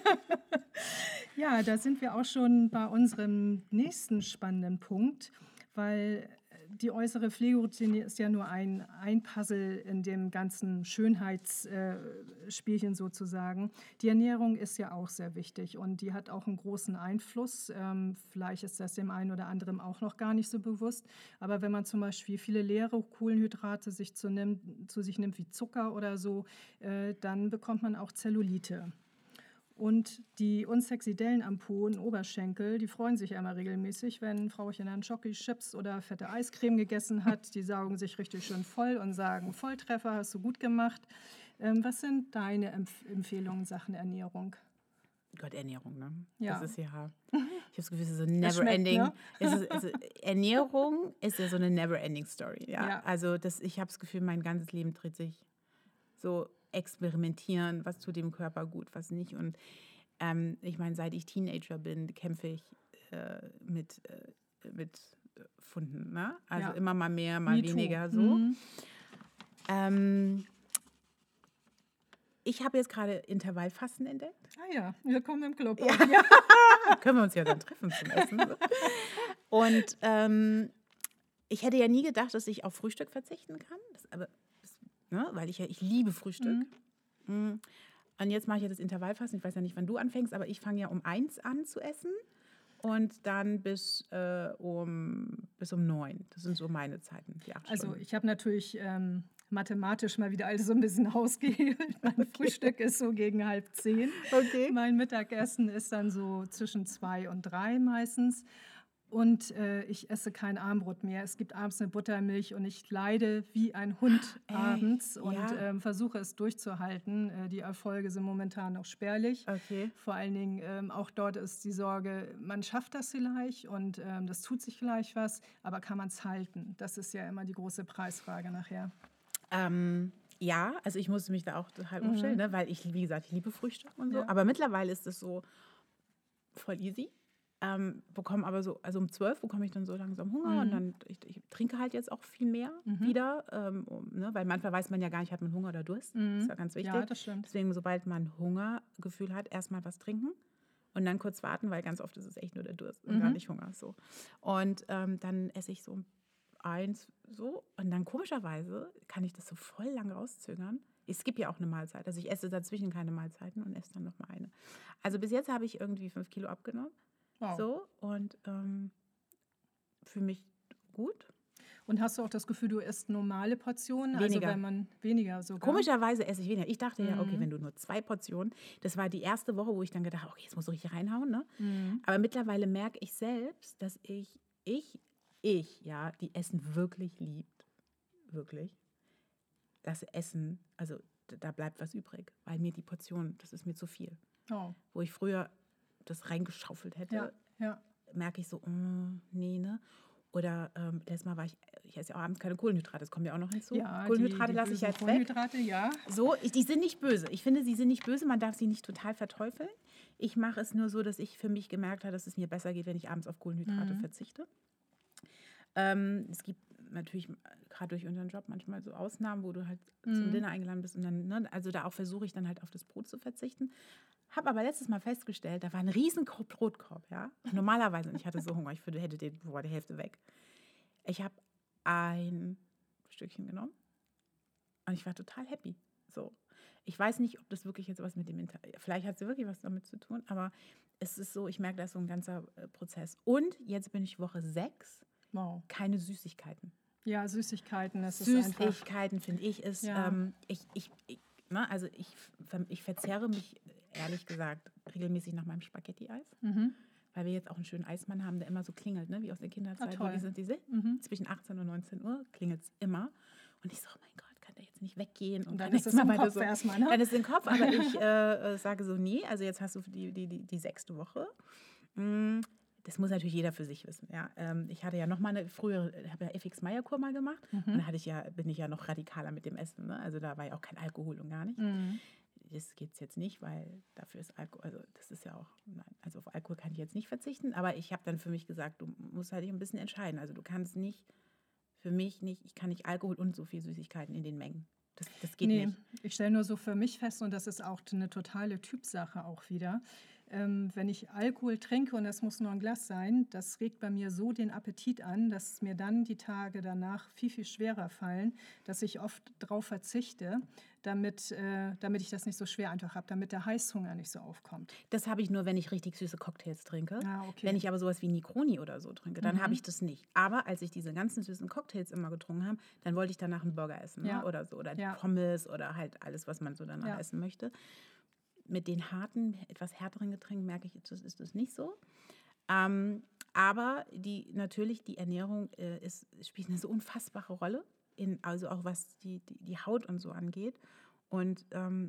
S2: Ja, da sind wir auch schon bei unserem nächsten spannenden Punkt, weil die äußere Pflegeroutine ist ja nur ein Puzzle in dem ganzen Schönheitsspielchen sozusagen. Die Ernährung ist ja auch sehr wichtig und die hat auch einen großen Einfluss. Vielleicht ist das dem einen oder anderen auch noch gar nicht so bewusst. Aber wenn man zum Beispiel viele leere Kohlenhydrate zu sich nimmt, wie Zucker oder so, dann bekommt man auch Zellulite. Und die unsexy Dellen am Po und Oberschenkel, die freuen sich ja immer regelmäßig, wenn ein Frauchen dann Schoki-Chips oder fette Eiscreme gegessen hat. Die saugen sich richtig schön voll und sagen, Volltreffer, hast du gut gemacht. Was sind deine Empfehlungen in Sachen Ernährung?
S3: Gott, Ernährung, ne?
S2: Ja.
S3: Das ist ja, ich habe das Gefühl, es ist so never-ending. Ne? Ernährung ist ja so eine never-ending Story. Ja? Also ich habe das Gefühl, mein ganzes Leben dreht sich so experimentieren, was tut dem Körper gut, was nicht. Und ich meine, seit ich Teenager bin, kämpfe ich mit Pfunden. Ne? Also immer mal mehr, mal weniger so. Ich habe jetzt gerade Intervallfasten entdeckt.
S2: Ah ja, willkommen im Club.
S3: Ja. Können wir uns ja dann treffen zum Essen. Und ich hätte ja nie gedacht, dass ich auf Frühstück verzichten kann. Weil ich liebe Frühstück. Und jetzt mache ich ja das Intervallfasten. Ich weiß ja nicht, wann du anfängst, aber ich fange ja um 1 an zu essen und dann bis um 9. Das sind so meine Zeiten, die 8 Stunden.
S2: Also ich habe natürlich mathematisch mal wieder alles so ein bisschen ausgehebelt. Mein Frühstück ist so gegen 9:30.
S3: Okay.
S2: Mein Mittagessen ist dann so zwischen 2 und 3 meistens. Und ich esse kein Armbrot mehr. Es gibt abends eine Buttermilch und ich leide wie ein Hund abends und versuche es durchzuhalten. Die Erfolge sind momentan noch spärlich.
S3: Okay.
S2: Vor allen Dingen auch dort ist die Sorge, man schafft das vielleicht und das tut sich vielleicht was, aber kann man es halten? Das ist ja immer die große Preisfrage nachher.
S3: Ja, also ich musste mich da auch total umstellen, ne? Weil ich, wie gesagt, ich liebe Frühstück und so. Ja. Aber mittlerweile ist es so voll easy. Bekomme aber so, also um 12 bekomme ich dann so langsam Hunger und dann, ich trinke halt jetzt auch viel mehr wieder, weil manchmal weiß man ja gar nicht, hat man Hunger oder Durst. Das ist ja ganz wichtig.
S2: Ja, das stimmt.
S3: Deswegen, sobald man Hungergefühl hat, erstmal was trinken und dann kurz warten, weil ganz oft ist es echt nur der Durst und gar nicht Hunger. So. Und dann esse ich so 1 so. Und dann komischerweise kann ich das so voll lang rauszögern. Ich skippe ja auch eine Mahlzeit. Also ich esse dazwischen keine Mahlzeiten und esse dann noch mal eine. Also bis jetzt habe ich irgendwie 5 Kilo abgenommen.
S2: Wow.
S3: So, und fühle mich gut.
S2: Und hast du auch das Gefühl, du isst normale Portionen?
S3: Weniger.
S2: Also wenn man weniger sogar?
S3: Komischerweise esse ich weniger. Ich dachte ja, okay, wenn du nur 2 Portionen, das war die erste Woche, wo ich dann gedacht habe, okay, jetzt musst du richtig reinhauen. Ne? Aber mittlerweile merke ich selbst, dass ich, ja, die Essen wirklich liebt. Wirklich. Das Essen, also da bleibt was übrig, weil mir die Portion, das ist mir zu viel.
S2: Oh.
S3: Wo ich früher das reingeschaufelt hätte,
S2: Ja.
S3: merke ich so, nee, ne? Oder letztes Mal ich esse ja auch abends keine Kohlenhydrate, das kommt ja auch noch hinzu.
S2: Ja,
S3: Kohlenhydrate
S2: die
S3: lasse ich
S2: bösen
S3: jetzt weg.
S2: Kohlenhydrate, ja.
S3: So, die sind nicht böse. Ich finde, sie sind nicht böse, man darf sie nicht total verteufeln. Ich mache es nur so, dass ich für mich gemerkt habe, dass es mir besser geht, wenn ich abends auf Kohlenhydrate verzichte. Es gibt natürlich gerade durch unseren Job manchmal so Ausnahmen, wo du halt zum Dinner eingeladen bist und dann, ne, also da auch versuche ich dann halt auf das Brot zu verzichten. Habe aber letztes Mal festgestellt, da war ein riesen Brotkorb, ja. Normalerweise, und ich hatte so Hunger, ich hätte die Hälfte weg. Ich habe ein Stückchen genommen und ich war total happy. So. Ich weiß nicht, ob das wirklich jetzt was mit dem vielleicht hat es wirklich was damit zu tun, aber es ist so, ich merke, da ist so ein ganzer Prozess. Und jetzt bin ich Woche 6.
S2: Wow.
S3: Keine Süßigkeiten.
S2: Ja, Süßigkeiten, das ist einfach...
S3: Süßigkeiten, finde ich, ist, also ich verzehre mich, ehrlich gesagt, regelmäßig nach meinem Spaghetti-Eis, weil wir jetzt auch einen schönen Eismann haben, der immer so klingelt, ne, wie aus der Kinderzeit.
S2: toll.
S3: Wie sind diese? Zwischen 18 und 19 Uhr klingelt es immer. Und ich so, oh mein Gott, kann der jetzt nicht weggehen? Und
S2: dann ist es im Kopf erstmal, ne?
S3: Dann ist es im Kopf, aber ich sage so, nee, also jetzt hast du die 6. Woche. Das muss natürlich jeder für sich wissen. Ja. Ich hatte ja noch mal ich habe ja FX-Meyer-Kur mal gemacht. Und da bin ich ja noch radikaler mit dem Essen. Ne? Also da war ja auch kein Alkohol und gar nicht. Das geht es jetzt nicht, weil dafür ist Alkohol, also das ist ja auch, nein, also auf Alkohol kann ich jetzt nicht verzichten. Aber ich habe dann für mich gesagt, du musst halt dich ein bisschen entscheiden. Also du kannst nicht, für mich nicht, ich kann nicht Alkohol und so viel Süßigkeiten in den Mengen. Das geht nicht.
S2: Ich stelle nur so für mich fest, und das ist auch eine totale Typsache auch wieder, wenn ich Alkohol trinke, und das muss nur ein Glas sein, das regt bei mir so den Appetit an, dass mir dann die Tage danach viel, viel schwerer fallen, dass ich oft drauf verzichte, damit ich das nicht so schwer einfach habe, damit der Heißhunger nicht so aufkommt.
S3: Das habe ich nur, wenn ich richtig süße Cocktails trinke.
S2: Okay.
S3: Wenn ich aber sowas wie Negroni oder so trinke, dann habe ich das nicht. Aber als ich diese ganzen süßen Cocktails immer getrunken habe, dann wollte ich danach einen Burger essen, ne? Oder so. Oder Pommes oder halt alles, was man so danach essen möchte. Mit den etwas härteren Getränken merke ich, ist das nicht so. Aber natürlich die Ernährung spielt eine so unfassbare Rolle, also auch was die Haut und so angeht. Und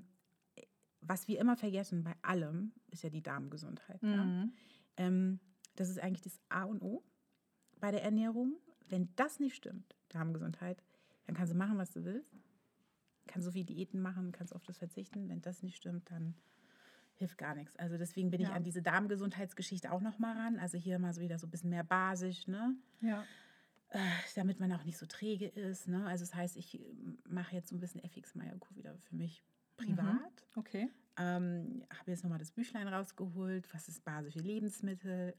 S3: was wir immer vergessen bei allem, ist ja die Darmgesundheit. Ja? Das ist eigentlich das A und O bei der Ernährung. Wenn das nicht stimmt, Darmgesundheit, dann kannst du machen, was du willst. Kannst so viel Diäten machen, kannst auf das verzichten. Wenn das nicht stimmt, dann hilft gar nichts. Also deswegen bin ich an diese Darmgesundheitsgeschichte auch noch mal ran. Also hier mal so wieder so ein bisschen mehr basisch, ne?
S2: Ja.
S3: Damit man auch nicht so träge ist. Ne? Also das heißt, ich mache jetzt so ein bisschen FX-Meyer-Kur wieder für mich privat.
S2: Okay.
S3: Habe jetzt nochmal das Büchlein rausgeholt. Was ist basische Lebensmittel?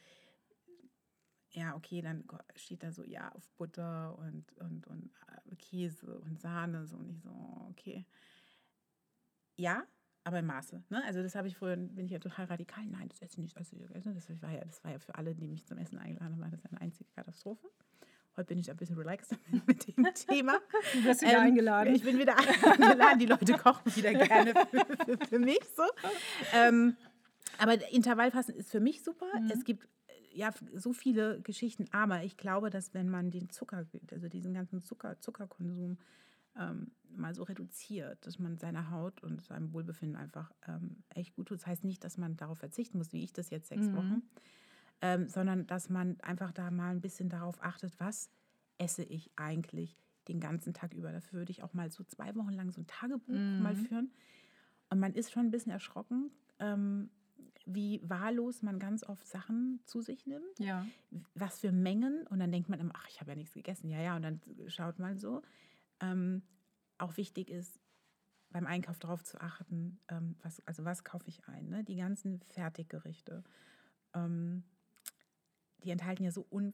S3: Ja, okay, dann steht da so, ja, auf Butter und Käse und Sahne. So, und ich so, okay. Ja, aber im Maße. Ne? Also das habe ich früher, bin ich ja total radikal. Nein, das esse ich nicht. Also, das war ja für alle, die mich zum Essen eingeladen haben, war das ja eine einzige Katastrophe. Heute bin ich ein bisschen relaxed mit dem Thema.
S2: Du wirst wieder eingeladen.
S3: Ich bin wieder eingeladen. Die Leute kochen wieder gerne für mich. So. Aber Intervallfasten ist für mich super. Es gibt ja so viele Geschichten. Aber ich glaube, dass wenn man den Zucker, also diesen ganzen Zuckerkonsum mal so reduziert, dass man seiner Haut und seinem Wohlbefinden einfach echt gut tut. Das heißt nicht, dass man darauf verzichten muss, wie ich das jetzt 6 Wochen, sondern dass man einfach da mal ein bisschen darauf achtet, was esse ich eigentlich den ganzen Tag über. Dafür würde ich auch mal so 2 Wochen lang so ein Tagebuch mal führen. Und man ist schon ein bisschen erschrocken, wie wahllos man ganz oft Sachen zu sich nimmt.
S2: Ja. Was
S3: für Mengen. Und dann denkt man immer, ach, ich habe ja nichts gegessen. Ja, und dann schaut man so. Auch wichtig ist, beim Einkauf darauf zu achten, was kaufe ich ein. Ne? Die ganzen Fertiggerichte, die enthalten ja so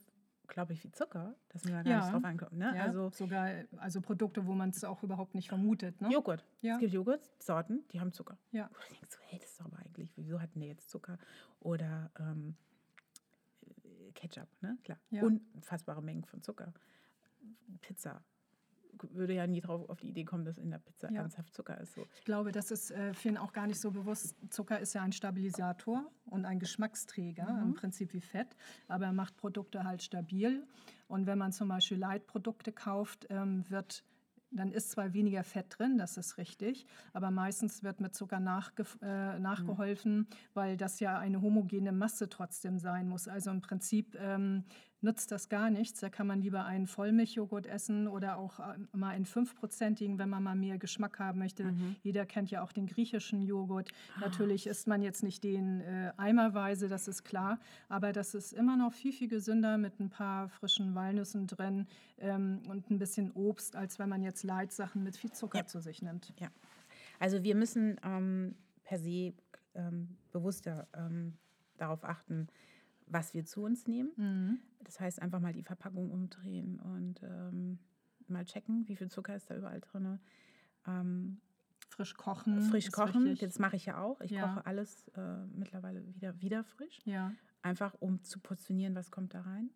S3: unglaublich viel Zucker, dass man da gar nicht drauf ankommt. Ne?
S2: Ja,
S3: Also
S2: sogar Produkte, wo man es auch überhaupt nicht vermutet. Ne?
S3: Joghurt.
S2: Ja.
S3: Es gibt Joghurtsorten, die haben Zucker.
S2: Ja.
S3: Wo du denkst so, hey, das ist doch aber eigentlich, wieso hatten die jetzt Zucker? Oder Ketchup, ne? Klar.
S2: Ja.
S3: Unfassbare Mengen von Zucker. Pizza. Würde ja nie drauf auf die Idee kommen, dass in der Pizza ernsthaft Zucker ist. So.
S2: Ich glaube, das ist vielen auch gar nicht so bewusst. Zucker ist ja ein Stabilisator und ein Geschmacksträger, im Prinzip wie Fett, aber er macht Produkte halt stabil. Und wenn man zum Beispiel Light-Produkte kauft, dann ist zwar weniger Fett drin, das ist richtig, aber meistens wird mit Zucker nachgeholfen, weil das ja eine homogene Masse trotzdem sein muss. Also im Prinzip nutzt das gar nichts. Da kann man lieber einen Vollmilchjoghurt essen oder auch mal einen 5%igen, wenn man mal mehr Geschmack haben möchte. Jeder kennt ja auch den griechischen Joghurt. Natürlich isst man jetzt nicht den eimerweise, das ist klar, aber das ist immer noch viel, viel gesünder mit ein paar frischen Walnüssen drin und ein bisschen Obst, als wenn man jetzt Leitsachen mit viel Zucker zu sich nimmt.
S3: Ja, also wir müssen per se bewusster darauf achten, was wir zu uns nehmen. Das heißt, einfach mal die Verpackung umdrehen und mal checken, wie viel Zucker ist da überall drin.
S2: Frisch kochen.
S3: Frisch kochen, das mache ich ja auch. Ich koche alles mittlerweile wieder frisch.
S2: Ja.
S3: Einfach, um zu portionieren, was kommt da rein.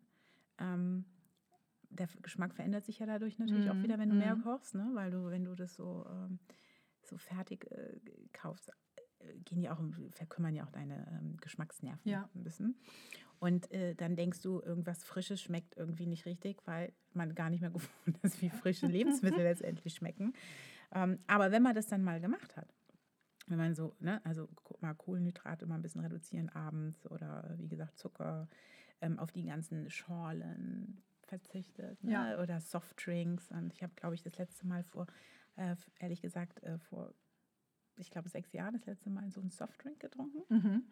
S3: Der Geschmack verändert sich ja dadurch natürlich auch wieder, wenn du mehr kochst, ne? Weil wenn du das so fertig kaufst, verkümmern ja auch deine Geschmacksnerven ein bisschen. Und dann denkst du, irgendwas Frisches schmeckt irgendwie nicht richtig, weil man gar nicht mehr gefunden ist, wie frische Lebensmittel letztendlich schmecken. Aber wenn man das dann mal gemacht hat, wenn man so, ne, also mal Kohlenhydrate mal ein bisschen reduzieren abends oder wie gesagt Zucker, auf die ganzen Schorlen verzichtet, ne? Oder Softdrinks. Und ich habe, glaube ich, das letzte Mal ehrlich gesagt, vor ich glaube 6 Jahren das letzte Mal so einen Softdrink getrunken.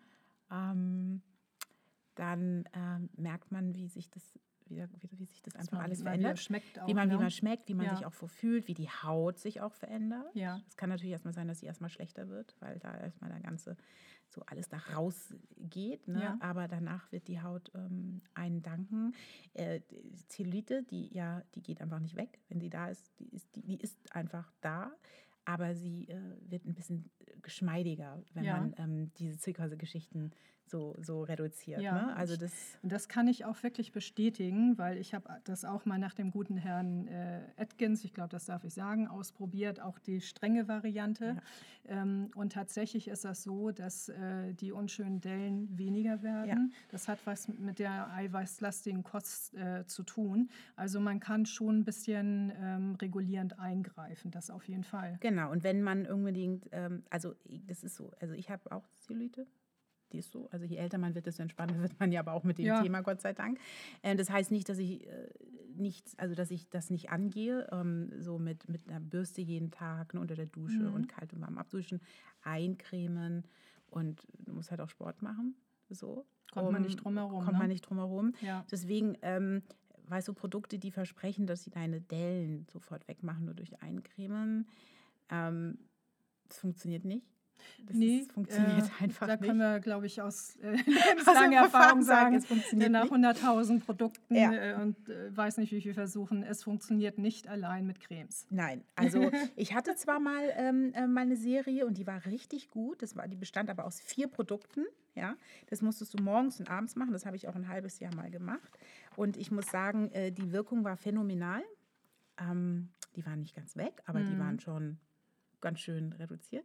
S3: Dann merkt man, wie sich das einfach alles verändert. Wie man schmeckt, wie man sich auch fühlt, wie die Haut sich auch verändert.
S2: Ja.
S3: Es kann natürlich erstmal sein, dass sie erstmal schlechter wird, weil da erstmal der ganze, so alles da rausgeht. Ne?
S2: Ja.
S3: Aber danach wird die Haut einen danken. Zellulite, die geht einfach nicht weg. Wenn sie da ist, die ist einfach da. Aber sie wird ein bisschen geschmeidiger, wenn man diese Zuckergeschichten so reduziert.
S2: Ja,
S3: ne? Also
S2: das kann ich auch wirklich bestätigen, weil ich habe das auch mal nach dem guten Herrn Atkins, ich glaube, das darf ich sagen, ausprobiert, auch die strenge Variante. Ja. Und tatsächlich ist das so, dass die unschönen Dellen weniger werden. Ja. Das hat was mit der eiweißlastigen Kost zu tun. Also man kann schon ein bisschen regulierend eingreifen, das auf jeden Fall.
S3: Genau, und wenn man unbedingt, also das ist so, also ich habe auch Zellulite. Die ist so. Also je älter man wird, desto entspannter wird man ja aber auch mit dem Thema, Gott sei Dank. Das heißt nicht, dass ich das nicht angehe, so mit einer Bürste jeden Tag, ne, unter der Dusche und kalt und warm abduschen, eincremen und du musst halt auch Sport machen. So.
S2: Kommt man nicht drum herum.
S3: Ja. Deswegen, weißt du, Produkte, die versprechen, dass sie deine Dellen sofort wegmachen, nur durch Eincremen, das funktioniert nicht. Das funktioniert einfach nicht.
S2: Da können wir, glaube ich, aus lebenslanger Erfahrung sagen,
S3: es funktioniert
S2: nach 100.000 Produkten und weiß nicht, wie viel versuchen, es funktioniert nicht allein mit Cremes.
S3: Nein, also ich hatte zwar mal eine Serie und die war richtig gut, die bestand aber aus 4 Produkten. Ja? Das musstest du morgens und abends machen, das habe ich auch ein halbes Jahr mal gemacht. Und ich muss sagen, die Wirkung war phänomenal. Die waren nicht ganz weg, aber die waren schon ganz schön reduziert.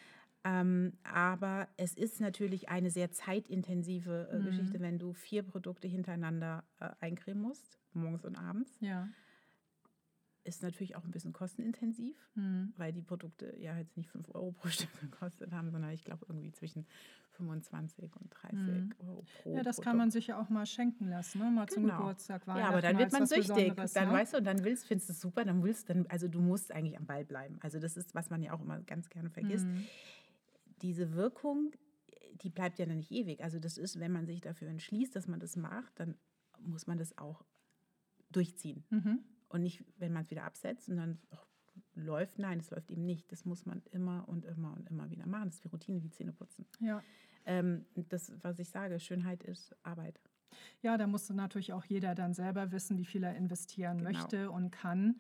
S3: Aber es ist natürlich eine sehr zeitintensive Geschichte, wenn du 4 Produkte hintereinander eincremen musst, morgens und abends.
S2: Ja.
S3: Ist natürlich auch ein bisschen kostenintensiv, weil die Produkte ja jetzt nicht 5 Euro pro Stück gekostet haben, sondern ich glaube irgendwie zwischen 25 und 30 Euro pro
S2: Ja, das
S3: Produkt.
S2: Kann man sich ja auch mal schenken lassen, ne? Mal zum Geburtstag, Weihnachten.
S3: Ja, aber dann wird man süchtig. Dann
S2: ne?
S3: weißt du, und dann findest du es super, also du musst eigentlich am Ball bleiben. Also das ist, was man ja auch immer ganz gerne vergisst. Diese Wirkung, die bleibt ja dann nicht ewig. Also das ist, wenn man sich dafür entschließt, dass man das macht, dann muss man das auch durchziehen. Und nicht, wenn man es wieder absetzt und dann läuft. Nein, es läuft eben nicht. Das muss man immer und immer und immer wieder machen. Das ist wie Routine, wie Zähneputzen.
S2: Ja.
S3: Das, was ich sage, Schönheit ist Arbeit.
S2: Ja, da musste natürlich auch jeder dann selber wissen, wie viel er investieren
S3: Genau.
S2: möchte und kann.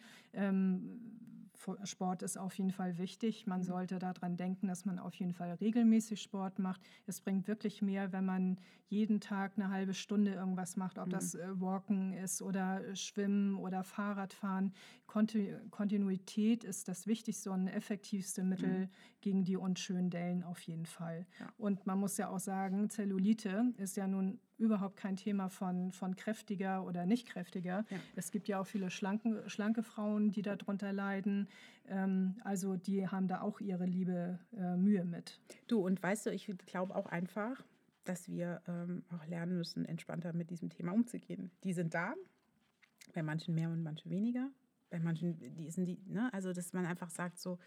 S2: Sport ist auf jeden Fall wichtig. Man sollte daran denken, dass man auf jeden Fall regelmäßig Sport macht. Es bringt wirklich mehr, wenn man jeden Tag eine halbe Stunde irgendwas macht, ob das Walken ist oder Schwimmen oder Fahrradfahren. Kontinuität ist das wichtigste und effektivste Mittel gegen die unschönen Dellen auf jeden Fall.
S3: Ja.
S2: Und man muss ja auch sagen, Zellulite ist ja nun überhaupt kein Thema von kräftiger oder nicht kräftiger.
S3: Ja.
S2: Es gibt ja auch viele schlanke Frauen, die darunter leiden. Also die haben da auch ihre liebe Mühe mit.
S3: Du, und weißt du, ich glaube auch einfach, dass wir auch lernen müssen, entspannter mit diesem Thema umzugehen. Die sind da, bei manchen mehr und manchen weniger. Bei manchen, ne? Also dass man einfach sagt so,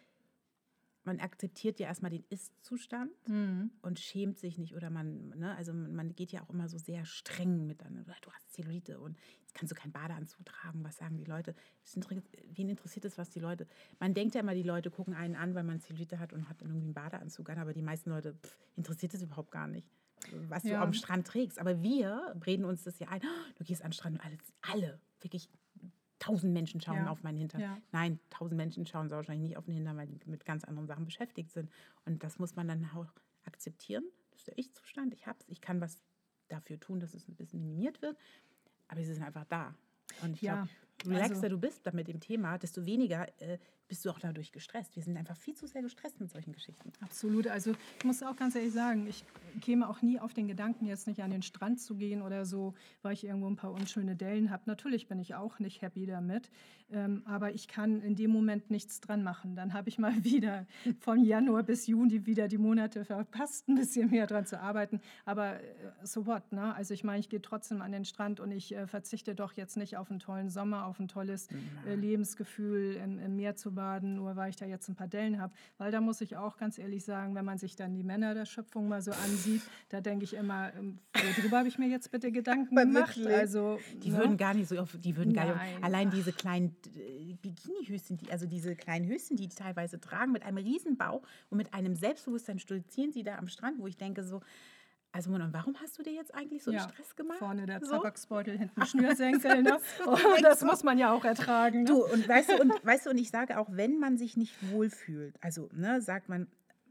S3: man akzeptiert ja erstmal den Ist-Zustand und schämt sich nicht. Oder man geht ja auch immer so sehr streng miteinander. Du hast Zellulite und jetzt kannst du keinen Badeanzug tragen. Was sagen die Leute? Wen interessiert es, was die Leute... Man denkt ja immer, die Leute gucken einen an, weil man Zellulite hat und hat dann irgendwie einen Badeanzug an. Aber die meisten Leute interessiert es überhaupt gar nicht, was du am Strand trägst. Aber wir reden uns das ja ein. Oh, du gehst an den Strand und alle, wirklich 1000 Menschen schauen auf meinen Hintern. Ja. Nein, 1000 Menschen schauen so wahrscheinlich nicht auf den Hintern, weil die mit ganz anderen Sachen beschäftigt sind. Und das muss man dann auch akzeptieren. Das ist der Ich-Zustand. Ich kann was dafür tun, dass es ein bisschen minimiert wird. Aber sie sind einfach da. Und ich glaube, je relaxter du bist mit dem Thema, desto weniger bist du auch dadurch gestresst. Wir sind einfach viel zu sehr gestresst mit solchen Geschichten.
S2: Absolut. Also ich muss auch ganz ehrlich sagen, ich käme auch nie auf den Gedanken, jetzt nicht an den Strand zu gehen oder so, weil ich irgendwo ein paar unschöne Dellen habe. Natürlich bin ich auch nicht happy damit, aber ich kann in dem Moment nichts dran machen. Dann habe ich mal wieder von Januar bis Juni wieder die Monate verpasst, ein bisschen mehr dran zu arbeiten. Aber so what, ne? Also ich meine, ich gehe trotzdem an den Strand und ich verzichte doch jetzt nicht auf einen tollen Sommer, auf ein tolles Lebensgefühl, im Meer zu baden, nur weil ich da jetzt ein paar Dellen habe. Weil da muss ich auch ganz ehrlich sagen, wenn man sich dann die Männer der Schöpfung mal so ansieht, da denke ich immer, worüber habe ich mir jetzt bitte Gedanken gemacht? Also,
S3: die würden gar nicht so auf, allein diese kleinen Bikinihöschen, diese kleinen Höschen, die teilweise tragen, mit einem riesen Bauch und mit einem Selbstbewusstsein stolzieren sie da am Strand, wo ich denke so, also Mona, warum hast du dir jetzt eigentlich so einen Stress gemacht?
S2: Vorne der Zabaksbeutel, hinten Schnürsenkel. Ne? Das muss man ja auch ertragen. Ne?
S3: Du, und weißt du, und ich sage auch, wenn man sich nicht wohlfühlt, also sagt man,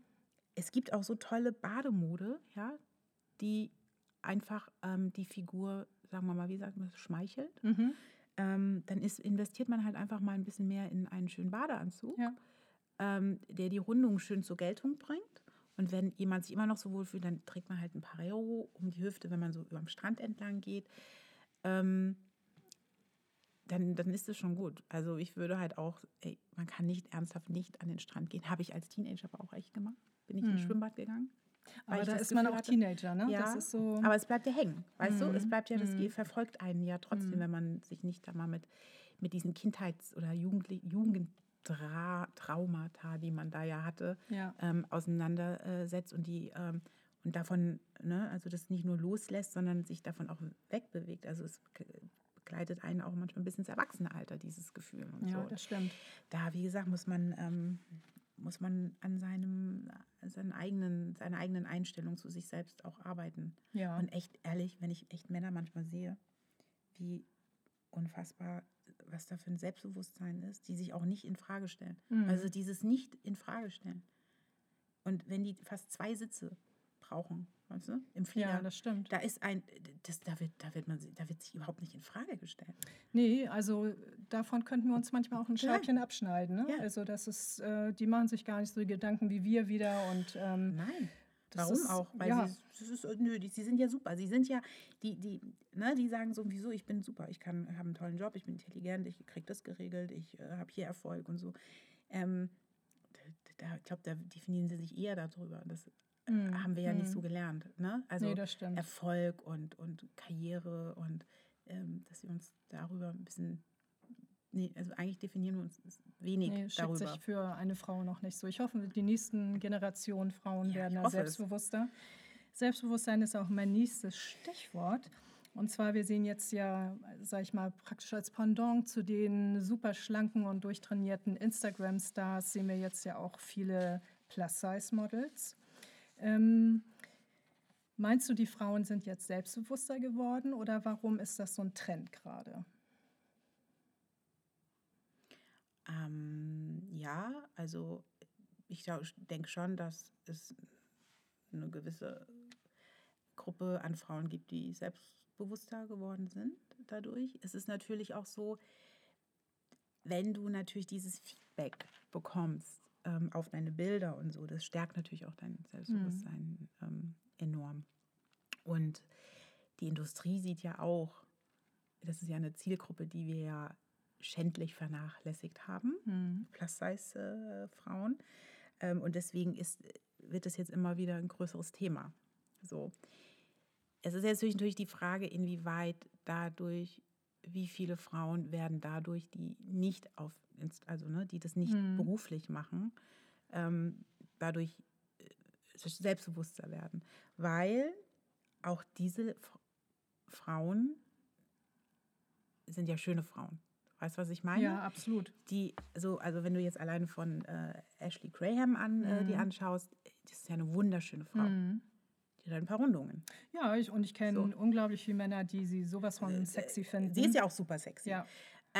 S3: es gibt auch so tolle Bademode, ja, die einfach die Figur, sagen wir mal, wie sagt man, schmeichelt. Dann investiert man halt einfach mal ein bisschen mehr in einen schönen Badeanzug, der die Rundung schön zur Geltung bringt. Und wenn jemand sich immer noch so wohlfühlt, dann trägt man halt ein Pareo um die Hüfte, wenn man so über dem Strand entlang geht. Dann ist es schon gut. Also ich würde halt auch, man kann nicht ernsthaft nicht an den Strand gehen. Habe ich als Teenager aber auch echt gemacht. Bin ich ins Schwimmbad gegangen.
S2: Aber da ist man auch Teenager, ne?
S3: Ja,
S2: das ist so.
S3: Aber es bleibt ja hängen, weißt du? Es bleibt ja, das verfolgt einen ja trotzdem, wenn man sich nicht da mal mit diesen Kindheits- oder Jugendtraumata, die man da ja hatte, auseinandersetzt und und davon, ne, also das nicht nur loslässt, sondern sich davon auch wegbewegt. Also es begleitet einen auch manchmal bis ins Erwachsenealter, dieses Gefühl. Und
S2: ja,
S3: so.
S2: Das stimmt.
S3: Da, wie gesagt, muss man an seiner eigenen Einstellung zu sich selbst auch arbeiten.
S2: Ja.
S3: Und echt ehrlich, wenn ich echt Männer manchmal sehe, wie unfassbar, was da für ein Selbstbewusstsein ist, die sich auch nicht in Frage stellen. Also dieses nicht in Frage stellen. Und wenn die fast 2 Sitze brauchen, weißt du, im Flieger.
S2: Ja, das stimmt.
S3: Da wird sich überhaupt nicht in Frage gestellt.
S2: Nee, also davon könnten wir uns manchmal auch ein Scheibchen abschneiden. Ne?
S3: Ja.
S2: Also das ist, die machen sich gar nicht so Gedanken wie wir wieder. Und,
S3: nein. Warum auch? Weil sie sind ja super. Sie sind ja, die sagen sowieso, ich bin super, ich habe einen tollen Job, ich bin intelligent, ich kriege das geregelt, ich habe hier Erfolg und so. Ich glaube, da definieren sie sich eher darüber. Das haben wir ja nicht so gelernt. Ne? Also
S2: nee, das stimmt.
S3: Erfolg und Karriere und dass wir uns darüber ein bisschen... Nee, also eigentlich definieren wir uns wenig darüber.
S2: Schickt sich für eine Frau noch nicht so. Ich hoffe, die nächsten Generationen Frauen werden da selbstbewusster. Selbstbewusstsein ist auch mein nächstes Stichwort. Und zwar, wir sehen jetzt ja, sag ich mal, praktisch als Pendant zu den super schlanken und durchtrainierten Instagram-Stars sehen wir jetzt ja auch viele Plus-Size-Models. Meinst du, die Frauen sind jetzt selbstbewusster geworden oder warum ist das so ein Trend gerade?
S3: Ja, also ich denke schon, dass es eine gewisse Gruppe an Frauen gibt, die selbstbewusster geworden sind dadurch. Es ist natürlich auch so, wenn du natürlich dieses Feedback bekommst auf deine Bilder und so, das stärkt natürlich auch dein Selbstbewusstsein enorm. Und die Industrie sieht ja auch, das ist ja eine Zielgruppe, die wir ja schändlich vernachlässigt haben, Plus-Size-Frauen. Und deswegen wird es jetzt immer wieder ein größeres Thema. So. Es ist jetzt natürlich die Frage, inwieweit dadurch, wie viele Frauen werden dadurch, die nicht die das nicht beruflich machen, dadurch selbstbewusster werden. Weil auch diese Frauen sind ja schöne Frauen. Weißt du, was ich meine?
S2: Ja, absolut.
S3: Also wenn du jetzt alleine von Ashley Graham die anschaust, das ist ja eine wunderschöne Frau. Die hat ein paar Rundungen.
S2: Ja, ich kenne unglaublich viele Männer, die sie sowas von sexy finden.
S3: Sie ist ja auch super sexy.
S2: Ja.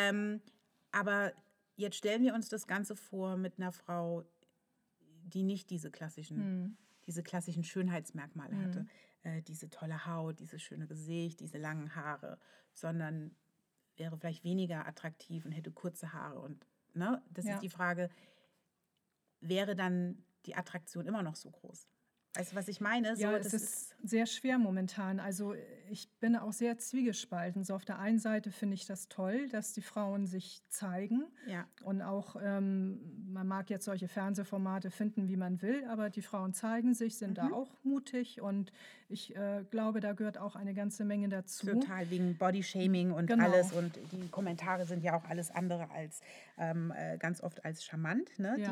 S3: Aber jetzt stellen wir uns das Ganze vor mit einer Frau, die nicht diese klassischen Schönheitsmerkmale hatte. Diese tolle Haut, dieses schöne Gesicht, diese langen Haare, sondern wäre vielleicht weniger attraktiv und hätte kurze Haare. Und das ist die Frage, wäre dann die Attraktion immer noch so groß? Weißt du, was ich meine?
S2: Ja, es ist sehr schwer momentan. Also ich bin auch sehr zwiegespalten. So auf der einen Seite finde ich das toll, dass die Frauen sich zeigen.
S3: Ja.
S2: Und auch, man mag jetzt solche Fernsehformate finden, wie man will, aber die Frauen zeigen sich, sind da auch mutig. Und ich glaube, da gehört auch eine ganze Menge dazu.
S3: Total, wegen Bodyshaming und alles. Und die Kommentare sind ja auch alles andere als ganz oft als charmant, ne?
S2: Ja.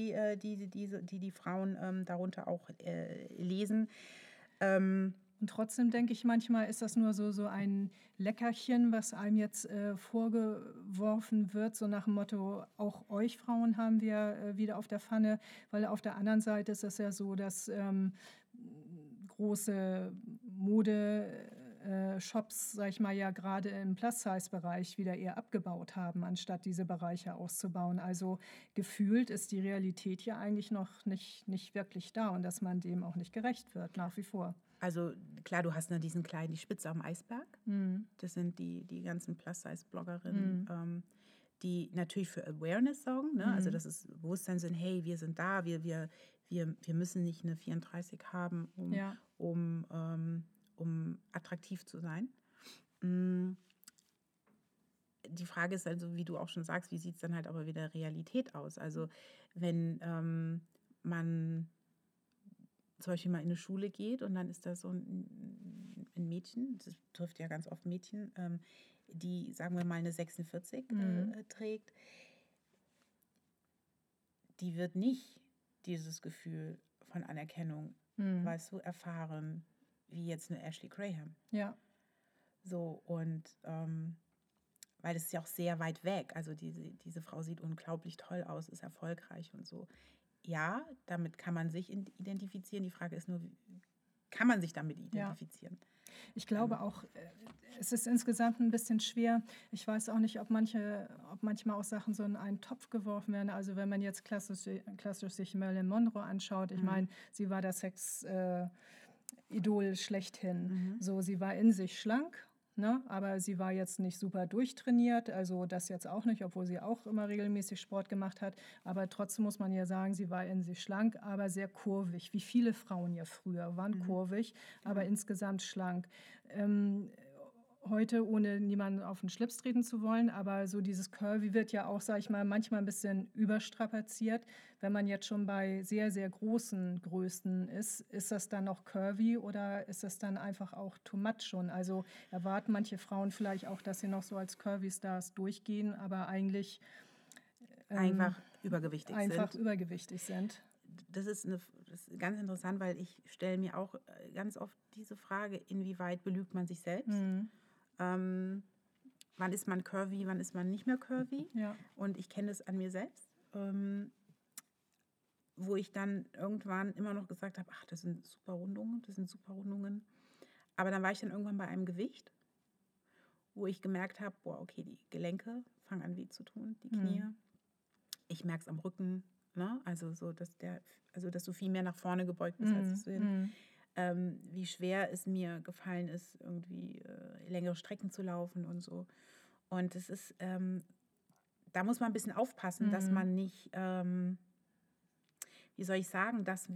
S3: Die Frauen darunter auch lesen.
S2: Und trotzdem denke ich, manchmal ist das nur so ein Leckerchen, was einem jetzt vorgeworfen wird, so nach dem Motto, auch euch Frauen haben wir wieder auf der Pfanne, weil auf der anderen Seite ist es ja so, dass große Mode-Shops, sag ich mal, ja gerade im Plus-Size-Bereich wieder eher abgebaut haben, anstatt diese Bereiche auszubauen. Also gefühlt ist die Realität ja eigentlich noch nicht wirklich da und dass man dem auch nicht gerecht wird, nach wie vor.
S3: Also klar, du hast die Spitze am Eisberg. Das sind die ganzen Plus-Size-Bloggerinnen, die natürlich für Awareness sorgen. Ne? Also dass es Bewusstsein sind, hey, wir sind da, wir müssen nicht eine 34 haben, um attraktiv zu sein. Die Frage ist also, wie du auch schon sagst, wie sieht es dann halt aber wieder Realität aus? Also wenn man zum Beispiel mal in eine Schule geht und dann ist da so ein Mädchen, das trifft ja ganz oft Mädchen, die, sagen wir mal, eine 46 trägt, die wird nicht dieses Gefühl von Anerkennung, weißt du, erfahren, wie jetzt eine Ashley Graham.
S2: Ja.
S3: So, und weil es ist ja auch sehr weit weg, also diese Frau sieht unglaublich toll aus, ist erfolgreich und so. Ja, damit kann man sich identifizieren. Die Frage ist nur, kann man sich damit identifizieren?
S2: Ja. Ich glaube auch, es ist insgesamt ein bisschen schwer. Ich weiß auch nicht, ob manchmal auch Sachen so in einen Topf geworfen werden. Also wenn man jetzt klassisch sich Marilyn Monroe anschaut, ich meine, sie war das Sex-Idol schlechthin. So, sie war in sich schlank. Ne? Aber sie war jetzt nicht super durchtrainiert, also das jetzt auch nicht, obwohl sie auch immer regelmäßig Sport gemacht hat. Aber trotzdem muss man ja sagen, sie war in sich schlank, aber sehr kurvig, wie viele Frauen ja früher waren kurvig, aber insgesamt schlank. Heute, ohne niemanden auf den Schlips treten zu wollen, aber so dieses Curvy wird ja auch, sage ich mal, manchmal ein bisschen überstrapaziert. Wenn man jetzt schon bei sehr, sehr großen Größen ist das dann noch curvy oder ist das dann einfach auch too much schon? Also erwarten manche Frauen vielleicht auch, dass sie noch so als Curvy-Stars durchgehen, aber eigentlich
S3: einfach übergewichtig
S2: sind.
S3: Das ist ganz interessant, weil ich stelle mir auch ganz oft diese Frage, inwieweit belügt man sich selbst? Wann ist man curvy, wann ist man nicht mehr curvy?
S2: Ja.
S3: Und ich kenne das an mir selbst. wo ich dann irgendwann immer noch gesagt habe, ach, das sind super Rundungen. Aber dann war ich dann irgendwann bei einem Gewicht, wo ich gemerkt habe, boah, okay, die Gelenke fangen an weh zu tun, die Knie. Ich merke es am Rücken, ne? Also so, dass du viel mehr nach vorne gebeugt bist, als du hin. Wie schwer es mir gefallen ist, irgendwie längere Strecken zu laufen und so. Und es ist, da muss man ein bisschen aufpassen, dass man nicht, wie soll ich sagen, das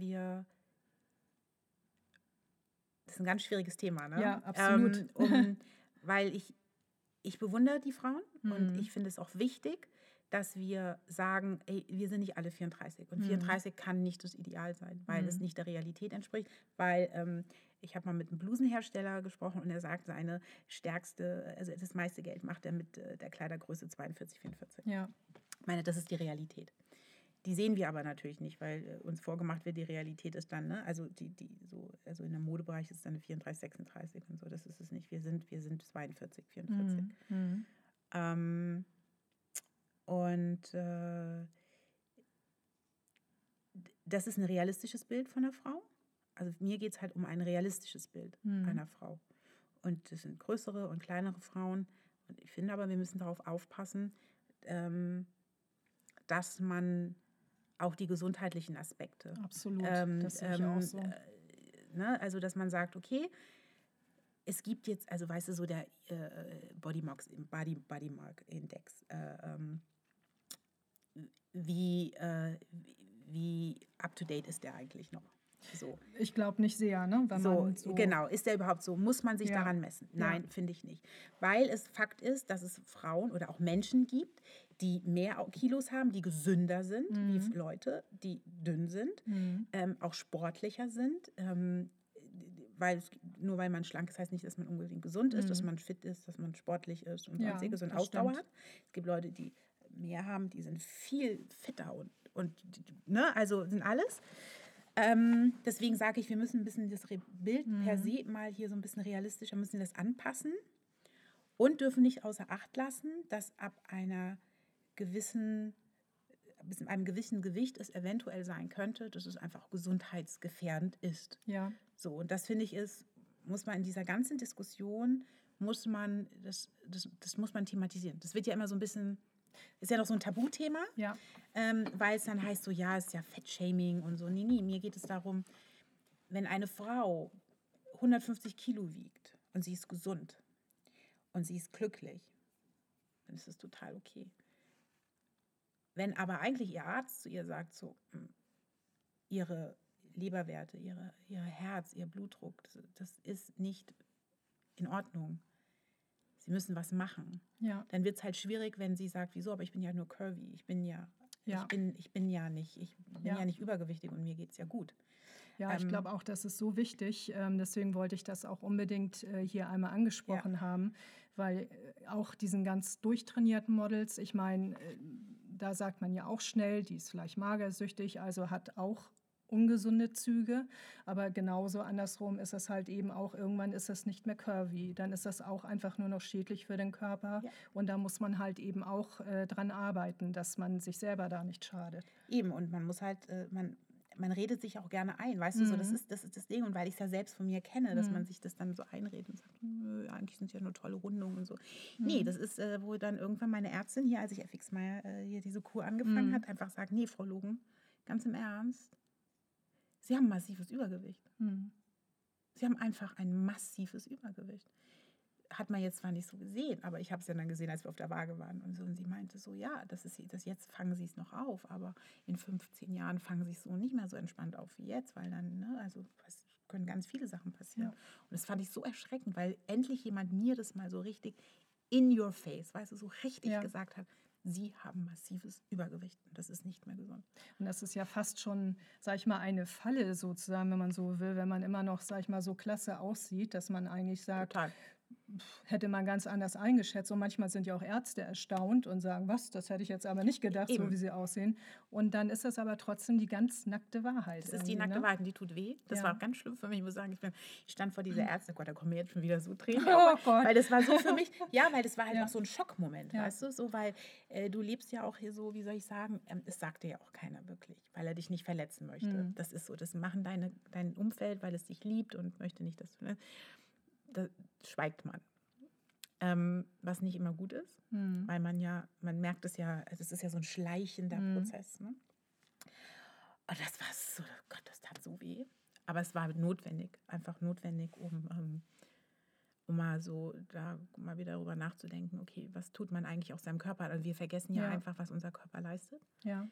S3: ist ein ganz schwieriges Thema, ne?
S2: Ja, absolut.
S3: Weil ich bewundere die Frauen und ich finde es auch wichtig, dass wir sagen, ey, wir sind nicht alle 34 und 34 kann nicht das Ideal sein, weil es nicht der Realität entspricht, weil ich habe mal mit einem Blusenhersteller gesprochen und er sagt, seine stärkste, also das meiste Geld macht er mit der Kleidergröße 42, 44.
S2: Ja.
S3: Ich meine, das ist die Realität. Die sehen wir aber natürlich nicht, weil uns vorgemacht wird, die Realität ist dann, ne? Also also in der Modebereich ist es dann eine 34, 36 und so, das ist es nicht. Wir sind 42, 44. Das ist ein realistisches Bild von einer Frau. Also mir geht es halt um ein realistisches Bild einer Frau. Und das sind größere und kleinere Frauen. Und ich finde aber, wir müssen darauf aufpassen, dass man auch die gesundheitlichen Aspekte.
S2: Absolut, das sehe ich auch so.
S3: Ne? Also, dass man sagt, okay, es gibt jetzt, also weißt du, so der Body Mark Index, wie up to date ist der eigentlich noch? So.
S2: Ich glaube nicht sehr, ne? Wenn man so
S3: genau, ist der überhaupt so? Muss man sich daran messen? Nein, finde ich nicht. Weil es Fakt ist, dass es Frauen oder auch Menschen gibt, die mehr Kilos haben, die gesünder sind, wie Leute, die dünn sind, auch sportlicher sind. Nur weil man schlank ist, heißt nicht, dass man unbedingt gesund ist, dass man fit ist, dass man sportlich ist und sonstiges und Ausdauer hat. Es gibt Leute, die mehr haben, die sind viel fitter und ne, also sind alles. Deswegen sage ich, wir müssen ein bisschen das Bild per se mal hier so ein bisschen realistischer, müssen das anpassen und dürfen nicht außer Acht lassen, dass ab einem gewissen Gewicht es eventuell sein könnte, dass es einfach gesundheitsgefährdend ist.
S2: Ja.
S3: So, und das finde ich muss man in dieser ganzen Diskussion, das muss man thematisieren. Das wird ja immer so ein bisschen, ist ja noch so ein Tabuthema, weil es dann heißt so, ja, es ist ja Fettshaming und so. Nee, mir geht es darum, wenn eine Frau 150 Kilo wiegt und sie ist gesund und sie ist glücklich, dann ist es total okay. Wenn aber eigentlich ihr Arzt zu ihr sagt, so, ihre Leberwerte, ihr Herz, ihr Blutdruck, das ist nicht in Ordnung. Sie müssen was machen.
S2: Ja.
S3: Dann wird es halt schwierig, wenn sie sagt, wieso, aber ich bin ja nur curvy. Ich bin ja nicht übergewichtig und mir geht es ja gut.
S2: Ja, ich glaube auch, das ist so wichtig. Deswegen wollte ich das auch unbedingt hier einmal angesprochen haben, weil auch diesen ganz durchtrainierten Models, ich meine, da sagt man ja auch schnell, die ist vielleicht magersüchtig, also hat auch ungesunde Züge, aber genauso andersrum ist es halt eben auch, irgendwann ist es nicht mehr curvy, dann ist das auch einfach nur noch schädlich für den Körper und da muss man halt eben auch dran arbeiten, dass man sich selber da nicht schadet.
S3: Eben, und man muss halt, man redet sich auch gerne ein, weißt du, so, das ist das Ding. Und weil ich es ja selbst von mir kenne, dass man sich das dann so einredet und sagt, nö, eigentlich sind es ja nur tolle Rundungen und so. Nee, das ist, wo dann irgendwann meine Ärztin hier, als ich FX Meyer hier diese Kur angefangen hat, einfach sagt, nee, Frau Logen, ganz im Ernst, Sie haben massives Übergewicht. Sie haben einfach ein massives Übergewicht. Hat man jetzt zwar nicht so gesehen, aber ich habe es ja dann gesehen, als wir auf der Waage waren und so. Und sie meinte so, ja, das jetzt fangen Sie es noch auf, aber in 15 Jahren fangen Sie es so nicht mehr so entspannt auf wie jetzt, weil dann, ne, also es können ganz viele Sachen passieren. Ja. Und das fand ich so erschreckend, weil endlich jemand mir das mal so richtig in your face, weißt du, so richtig gesagt hat, Sie haben massives Übergewicht und das ist nicht mehr gesund.
S2: Und das ist ja fast schon, sag ich mal, eine Falle sozusagen, wenn man so will, wenn man immer noch, sag ich mal, so klasse aussieht, dass man eigentlich sagt, hätte man ganz anders eingeschätzt. Und manchmal sind ja auch Ärzte erstaunt und sagen, was, das hätte ich jetzt aber nicht gedacht, so
S3: Eben.
S2: wie sie aussehen. Und dann ist das aber trotzdem die ganz nackte Wahrheit.
S3: Das ist die
S2: irgendwie,
S3: nackte
S2: ne?
S3: Wahrheit und die tut weh. Das
S2: Ja.
S3: war auch ganz schlimm für mich. Ich muss sagen, ich stand vor dieser Ärzte. Gott, da kommen mir jetzt schon wieder so Tränen.
S2: Oh Gott.
S3: Weil das war so für mich, ja, weil das war halt
S2: Ja.
S3: auch so ein Schockmoment,
S2: Ja.
S3: weißt du? So, weil du lebst ja auch hier so, wie soll ich sagen, es sagt dir ja auch keiner wirklich, weil er dich nicht verletzen möchte. Das ist so, das machen dein Umfeld, weil es dich liebt und möchte nicht, dass du, ne? Da schweigt man. Was nicht immer gut ist, weil man merkt es ja, das ist ja so ein schleichender Prozess. Ne? Und das war so, Gott, das tat so weh. Aber es war notwendig, einfach notwendig, um mal so da mal wieder darüber nachzudenken, okay, was tut man eigentlich aus seinem Körper? Also wir vergessen ja einfach, was unser Körper leistet.
S2: Ja.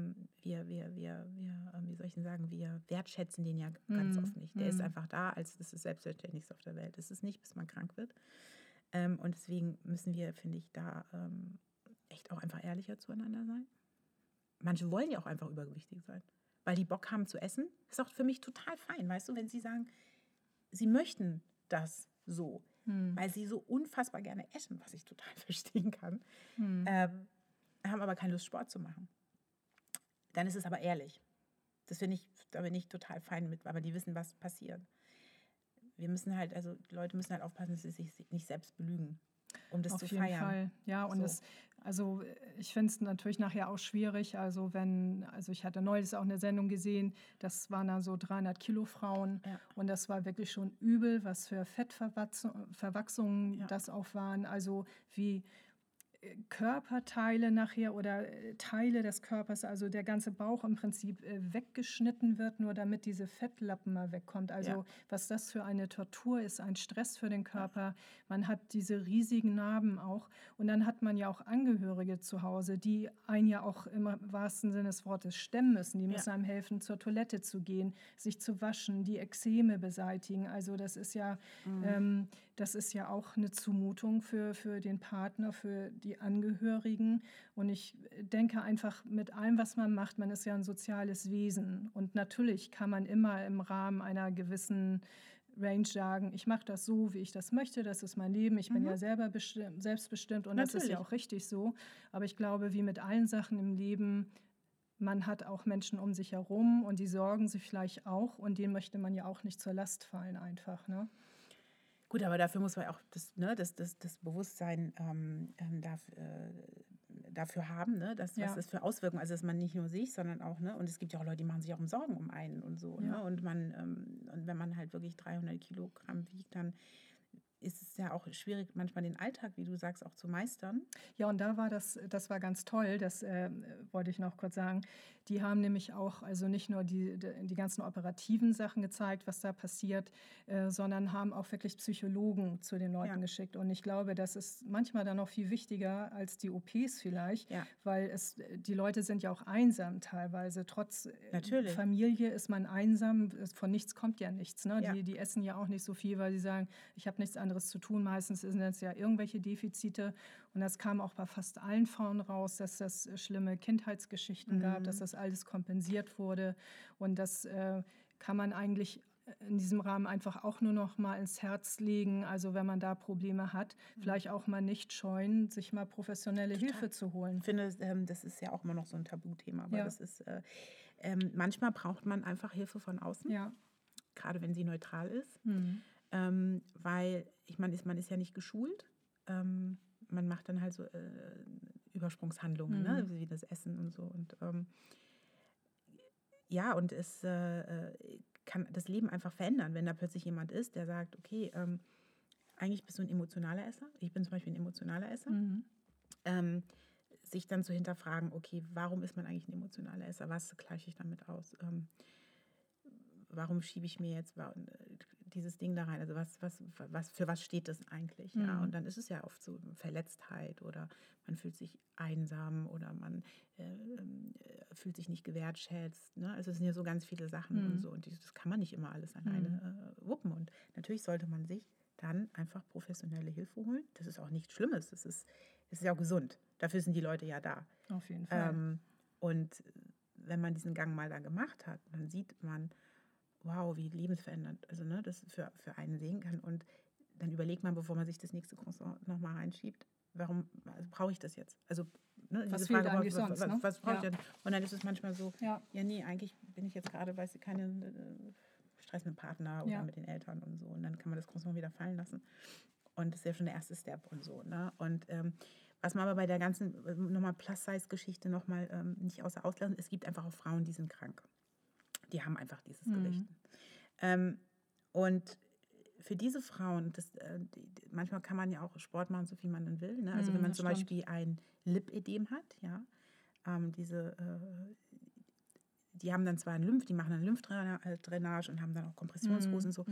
S3: Wie soll ich denn sagen, wir wertschätzen den ja ganz oft nicht. Der ist einfach da, als das ist das Selbstverständlichste auf der Welt. Das ist nicht, bis man krank wird. Und deswegen müssen wir, finde ich, da echt auch einfach ehrlicher zueinander sein. Manche wollen ja auch einfach übergewichtig sein, weil die Bock haben zu essen. Das ist auch für mich total fein, weißt du, wenn sie sagen, sie möchten das so, weil sie so unfassbar gerne essen, was ich total verstehen kann, haben aber keine Lust, Sport zu machen. Dann ist es aber ehrlich. Da bin ich total fein mit, aber die wissen, was passiert. Die Leute müssen halt aufpassen, dass sie sich nicht selbst belügen, um das
S2: Auf
S3: zu
S2: jeden
S3: feiern.
S2: Fall. Ja, und
S3: So.
S2: ich finde es natürlich nachher auch schwierig. Also ich hatte neulich auch eine Sendung gesehen, das waren dann so 300 Kilo Frauen und das war wirklich schon übel, was für Fettverwachsungen das auch waren. Also wie Körperteile nachher oder Teile des Körpers, also der ganze Bauch im Prinzip weggeschnitten wird, nur damit diese Fettlappen mal wegkommt. Also was das für eine Tortur ist, ein Stress für den Körper. Man hat diese riesigen Narben auch und dann hat man ja auch Angehörige zu Hause, die einen ja auch im wahrsten Sinne des Wortes stemmen müssen. Die müssen einem helfen, zur Toilette zu gehen, sich zu waschen, die Ekzeme beseitigen. Also das ist ja auch eine Zumutung für den Partner, für die Angehörigen. Und ich denke einfach mit allem, was man macht, man ist ja ein soziales Wesen. Und natürlich kann man immer im Rahmen einer gewissen Range sagen, ich mache das so, wie ich das möchte, das ist mein Leben, ich bin ja selber selbstbestimmt und das ist ja auch richtig so. Aber ich glaube, wie mit allen Sachen im Leben, man hat auch Menschen um sich herum und die sorgen sich vielleicht auch und denen möchte man ja auch nicht zur Last fallen einfach, ne?
S3: Gut, aber dafür muss man auch das Bewusstsein dafür haben, ne? Was das für Auswirkungen, also dass man nicht nur sich, sondern auch, ne? Und es gibt ja auch Leute, die machen sich auch Sorgen um einen und so, ne? Und und wenn man halt wirklich 300 Kilogramm wiegt, dann ist es ja auch schwierig, manchmal den Alltag, wie du sagst, auch zu meistern.
S2: Ja, und da war das war ganz toll, das wollte ich noch kurz sagen. Die haben nämlich auch, also nicht nur die ganzen operativen Sachen gezeigt, was da passiert, sondern haben auch wirklich Psychologen zu den Leuten geschickt. Und ich glaube, das ist manchmal dann noch viel wichtiger als die OPs vielleicht, weil die Leute sind ja auch einsam teilweise. Trotz Familie ist man einsam, von nichts kommt ja nichts. Ne?
S3: Ja.
S2: Die essen ja auch nicht so viel, weil sie sagen, ich habe nichts anderes zu tun. Meistens sind es ja irgendwelche Defizite. Und das kam auch bei fast allen Frauen raus, dass das schlimme Kindheitsgeschichten gab, dass das alles kompensiert wurde. Und das kann man eigentlich in diesem Rahmen einfach auch nur noch mal ins Herz legen. Also wenn man da Probleme hat, vielleicht auch mal nicht scheuen, sich mal professionelle Hilfe zu holen.
S3: Ich finde, das ist ja auch immer noch so ein Tabuthema. Aber das ist, manchmal braucht man einfach Hilfe von außen, gerade wenn sie neutral ist. Weil, ich meine, man ist ja nicht geschult. Man macht dann halt so Übersprungshandlungen, ne? Wie das Essen und so. Und und es kann das Leben einfach verändern, wenn da plötzlich jemand ist, der sagt, okay, eigentlich bist du ein emotionaler Esser. Ich bin zum Beispiel ein emotionaler Esser. Sich dann zu hinterfragen, okay, warum ist man eigentlich ein emotionaler Esser? Was gleiche ich damit aus? Warum schiebe ich mir jetzt dieses Ding da rein? Also für was steht das eigentlich? Ja? Und dann ist es ja oft so Verletztheit oder man fühlt sich einsam oder man fühlt sich nicht gewertschätzt. Ne? Also es sind ja so ganz viele Sachen und so. Und das kann man nicht immer alles alleine wuppen. Und natürlich sollte man sich dann einfach professionelle Hilfe holen. Das ist auch nichts Schlimmes. Das ist ja auch gesund. Dafür sind die Leute ja da.
S2: Auf jeden Fall.
S3: Und wenn man diesen Gang mal da gemacht hat, dann sieht man, wow, wie lebensverändernd, also ne, das für einen sehen kann. Und dann überlegt man, bevor man sich das nächste Croissant nochmal reinschiebt, warum brauche ich das jetzt? Also
S2: Was
S3: diese
S2: fehlt
S3: Frage,
S2: eigentlich sonst, ne?
S3: was brauche ich
S2: Ja.
S3: denn? Und dann ist es manchmal so,
S2: Ja.
S3: nee, eigentlich bin ich jetzt gerade, weißt du, keine Stress mit dem Partner oder
S2: Ja.
S3: mit den Eltern und so. Und dann kann man das Croissant wieder fallen lassen. Und das ist ja schon der erste Step und so. Ne? Und was man aber bei der ganzen nochmal Plus-Size-Geschichte nochmal nicht außer Acht lassen, es gibt einfach auch Frauen, die sind krank. Die haben einfach dieses Gewicht. Und für diese Frauen, manchmal kann man ja auch Sport machen, so viel man dann will. Ne? Also wenn man zum Beispiel ein Lipödem hat, ja, die haben dann zwar die machen eine Lymphdrainage und haben dann auch Kompressionshosen und so.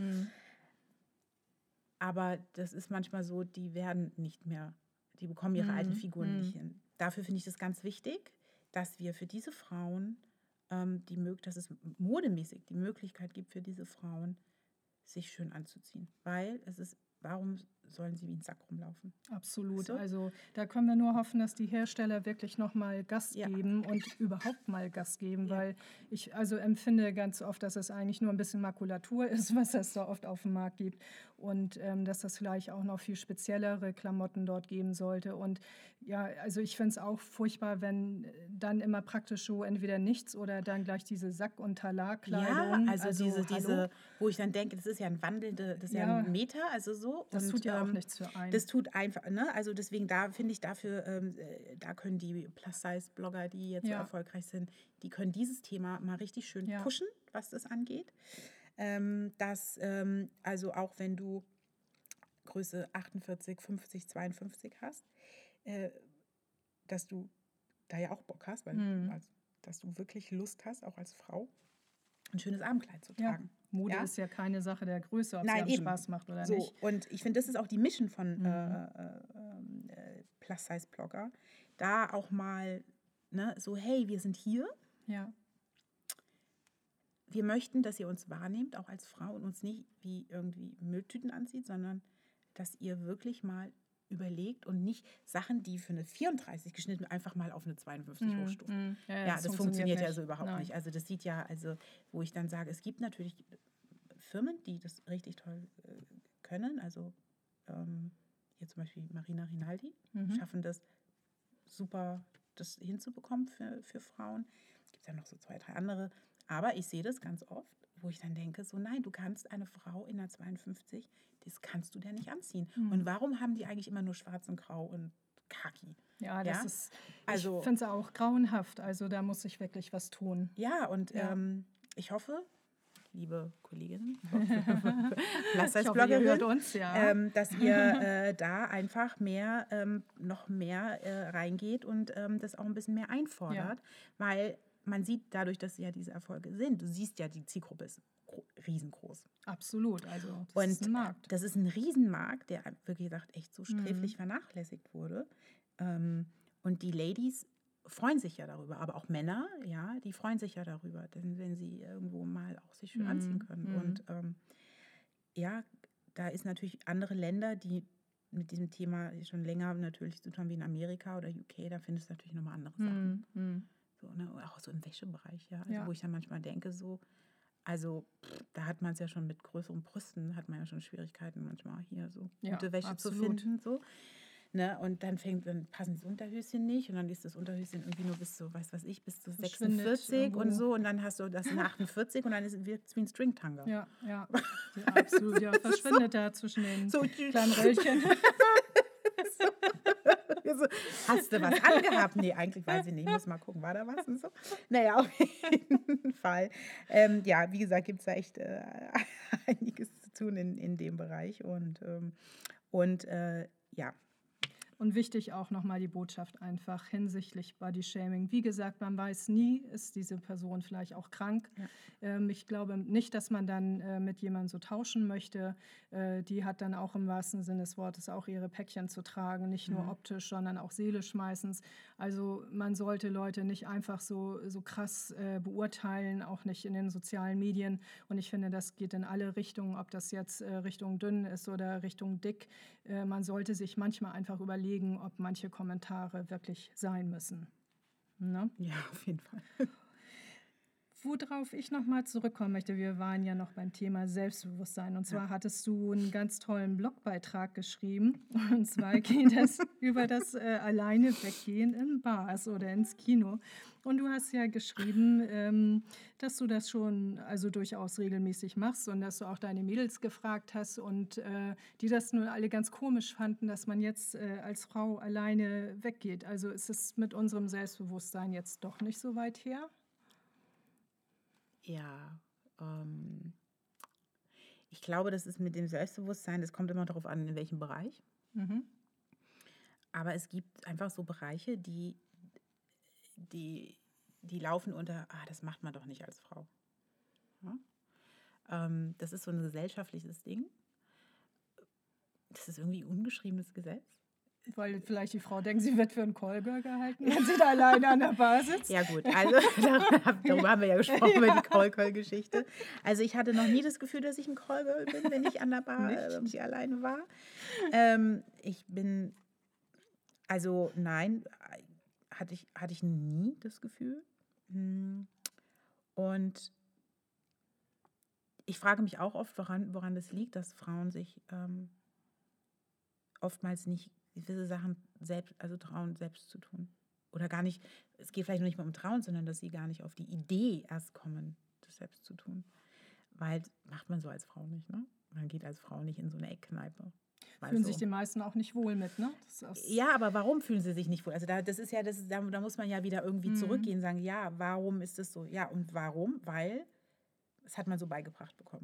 S3: Aber das ist manchmal so, die werden nicht mehr, die bekommen ihre alten Figuren nicht hin. Dafür finde ich das ganz wichtig, dass wir für diese Frauen, dass es modemäßig die Möglichkeit gibt für diese Frauen, sich schön anzuziehen. Weil warum sollen sie wie ein Sack rumlaufen?
S2: Absolut.
S3: Weißt du?
S2: Also da können wir nur hoffen, dass die Hersteller wirklich nochmal Gas geben und überhaupt mal Gas geben, weil ich empfinde ganz oft, dass es eigentlich nur ein bisschen Makulatur ist, was es so oft auf dem Markt gibt und dass das vielleicht auch noch viel speziellere Klamotten dort geben sollte. Und ja, also ich finde es auch furchtbar, wenn dann immer praktisch so entweder nichts oder dann gleich diese Sack- und Talarkleidung.
S3: Ja, also diese, wo ich dann denke, das ist ja ein wandelnde, das ist ja ein Meter, also so.
S2: Das tut ja auch nichts für einen.
S3: Das tut einfach, ne? Also deswegen, da finde ich dafür, da können die Plus-Size-Blogger, die jetzt so erfolgreich sind, die können dieses Thema mal richtig schön pushen, was das angeht. Also auch wenn du Größe 48, 50, 52 hast, dass du da ja auch Bock hast, weil dass du wirklich Lust hast, auch als Frau, ein schönes Abendkleid zu tragen.
S2: Ja. Mode ist ja keine Sache der Größe, ob
S3: Nein,
S2: es einem Spaß macht oder nicht.
S3: Und ich finde, das ist auch die Mission von Plus-Size-Blogger. Da auch mal so, hey, wir sind hier.
S2: Ja.
S3: Wir möchten, dass ihr uns wahrnehmt, auch als Frau, und uns nicht wie irgendwie Mülltüten anzieht, sondern dass ihr wirklich mal überlegt und nicht Sachen, die für eine 34 geschnitten, einfach mal auf eine 52 hochstuft. Ja, das funktioniert ja so überhaupt nicht. Also das sieht ja, wo ich dann sage, es gibt natürlich Firmen, die das richtig toll können. Also hier zum Beispiel Marina Rinaldi schaffen das super, das hinzubekommen für Frauen. Es gibt ja noch so 2, 3 andere. Aber ich sehe das ganz oft, wo ich dann denke, so nein, du kannst eine Frau in der 52, das kannst du dir nicht anziehen. Und warum haben die eigentlich immer nur schwarz und grau und khaki?
S2: Ja, das ist, ich finde es auch grauenhaft. Also da muss ich wirklich was tun.
S3: Ja, und ich hoffe, liebe Kolleginnen, Plus-Size-Bloggerin, dass ihr da einfach noch mehr reingeht und das auch ein bisschen mehr einfordert, weil man sieht dadurch, dass ja diese Erfolge sind, du siehst ja, die Zielgruppe ist riesengroß.
S2: Absolut, also das ist ein Markt.
S3: Das ist ein Riesenmarkt, der wirklich gesagt echt so sträflich vernachlässigt wurde. Und die Ladies freuen sich ja darüber, aber auch Männer, ja, die freuen sich ja darüber, denn wenn sie irgendwo mal auch sich schön anziehen können. Und da ist natürlich andere Länder, die mit diesem Thema schon länger natürlich zu tun wie in Amerika oder UK, da findest du natürlich nochmal andere Sachen. So, ne? Auch so im Wäschebereich, wo ich dann manchmal denke, so, da hat man es ja schon mit größeren Brüsten, hat man ja schon Schwierigkeiten manchmal hier so gute Wäsche zu finden. So. Ne? Und dann passen die Unterhöschen nicht und dann ist das Unterhöschen irgendwie nur bis zu, bis zu 46 und so und dann hast du das in 48 und dann wird es wie ein Stringtanga.
S2: Ja, absolut, ja, verschwindet da zwischen den kleinen Röllchen.
S3: So, hast du was angehabt? Nee, eigentlich weiß ich nicht. Ich muss mal gucken, war da was und so? Naja, auf jeden Fall. Wie gesagt, gibt es da echt einiges zu tun in dem Bereich. Und
S2: Und wichtig auch nochmal die Botschaft einfach hinsichtlich Bodyshaming. Wie gesagt, man weiß nie, ist diese Person vielleicht auch krank. Ja. Ich glaube nicht, dass man dann mit jemandem so tauschen möchte. Die hat dann auch im wahrsten Sinne des Wortes auch ihre Päckchen zu tragen, nicht nur optisch, sondern auch seelisch meistens. Also man sollte Leute nicht einfach so krass beurteilen, auch nicht in den sozialen Medien. Und ich finde, das geht in alle Richtungen, ob das jetzt Richtung dünn ist oder Richtung dick. Man sollte sich manchmal einfach überlegen, ob manche Kommentare wirklich sein müssen. Ne?
S3: Ja, auf jeden Fall.
S2: Worauf ich nochmal zurückkommen möchte, wir waren ja noch beim Thema Selbstbewusstsein. Und zwar hattest du einen ganz tollen Blogbeitrag geschrieben. Und zwar geht es über das alleine weggehen in Bars oder ins Kino. Und du hast ja geschrieben, dass du das schon also durchaus regelmäßig machst und dass du auch deine Mädels gefragt hast und die das nun alle ganz komisch fanden, dass man jetzt als Frau alleine weggeht. Also ist es mit unserem Selbstbewusstsein jetzt doch nicht so weit her?
S3: Ja, ich glaube, das ist mit dem Selbstbewusstsein, das kommt immer darauf an, in welchem Bereich.
S2: Mhm.
S3: Aber es gibt einfach so Bereiche, die laufen unter, das macht man doch nicht als Frau. Ja? Das ist so ein gesellschaftliches Ding. Das ist irgendwie ein ungeschriebenes Gesetz.
S2: Weil vielleicht die Frau denkt, sie wird für einen Callgirl gehalten, wenn sie da alleine an der Bar sitzt.
S3: Ja gut, also darüber haben wir ja gesprochen, über die Callgirl-Geschichte. Also ich hatte noch nie das Gefühl, dass ich ein Callgirl bin, wenn ich an der Bar wenn ich alleine war. Ich bin, also nein, hatte ich nie das Gefühl. Und ich frage mich auch oft, woran das liegt, dass Frauen sich oftmals nicht gewisse Sachen selbst, also trauen, selbst zu tun. Oder gar nicht, es geht vielleicht noch nicht mal um Trauen, sondern dass sie gar nicht auf die Idee erst kommen, das selbst zu tun. Weil macht man so als Frau nicht, ne? Man geht als Frau nicht in so eine Eckkneipe.
S2: Fühlen sich die meisten auch nicht wohl mit, ne?
S3: Ja, aber warum fühlen sie sich nicht wohl? Also da muss man ja wieder irgendwie zurückgehen und sagen, ja, warum ist das so? Ja, und warum? Weil, das hat man so beigebracht bekommen.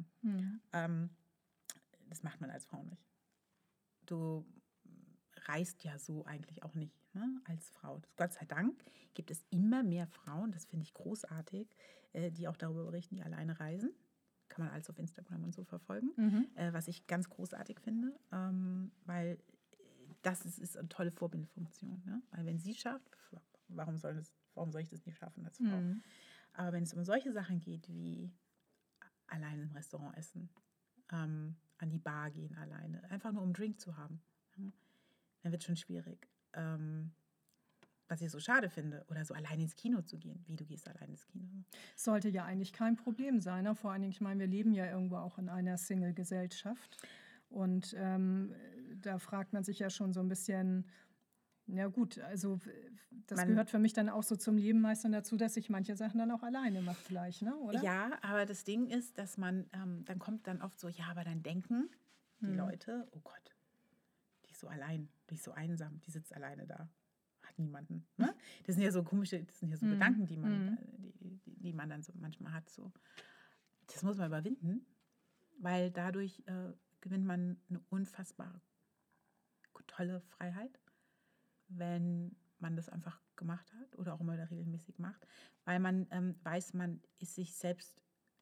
S3: Das macht man als Frau nicht. Du reist ja so eigentlich auch nicht, ne, als Frau. Gott sei Dank gibt es immer mehr Frauen, das finde ich großartig, die auch darüber berichten, die alleine reisen. Kann man alles auf Instagram und so verfolgen, was ich ganz großartig finde, weil das ist eine tolle Vorbildfunktion. Ne? Weil wenn sie schafft, warum soll ich das nicht schaffen als Frau? Aber wenn es um solche Sachen geht, wie alleine im Restaurant essen, an die Bar gehen alleine, einfach nur um einen Drink zu haben, dann wird es schon schwierig. Was ich so schade finde, oder so allein ins Kino zu gehen. Wie, du gehst allein ins Kino?
S2: Sollte ja eigentlich kein Problem sein. Ne? Vor allen Dingen, ich meine, wir leben ja irgendwo auch in einer Single-Gesellschaft. Und da fragt man sich ja schon so ein bisschen, ja gut, also das gehört für mich dann auch so zum Leben meistens dazu, dass ich manche Sachen dann auch alleine mache vielleicht, ne? Oder?
S3: Ja, aber das Ding ist, dass man, dann kommt dann oft so, ja, aber dann denken die Leute, oh Gott, die ist so allein, die ist so einsam, die sitzt alleine da. Hat niemanden. Ne? Das sind ja so komische, Gedanken, die man dann so manchmal hat. So. Das muss man überwinden, weil dadurch gewinnt man eine unfassbar tolle Freiheit, wenn man das einfach gemacht hat oder auch immer da regelmäßig macht, weil man weiß, man ist sich selbst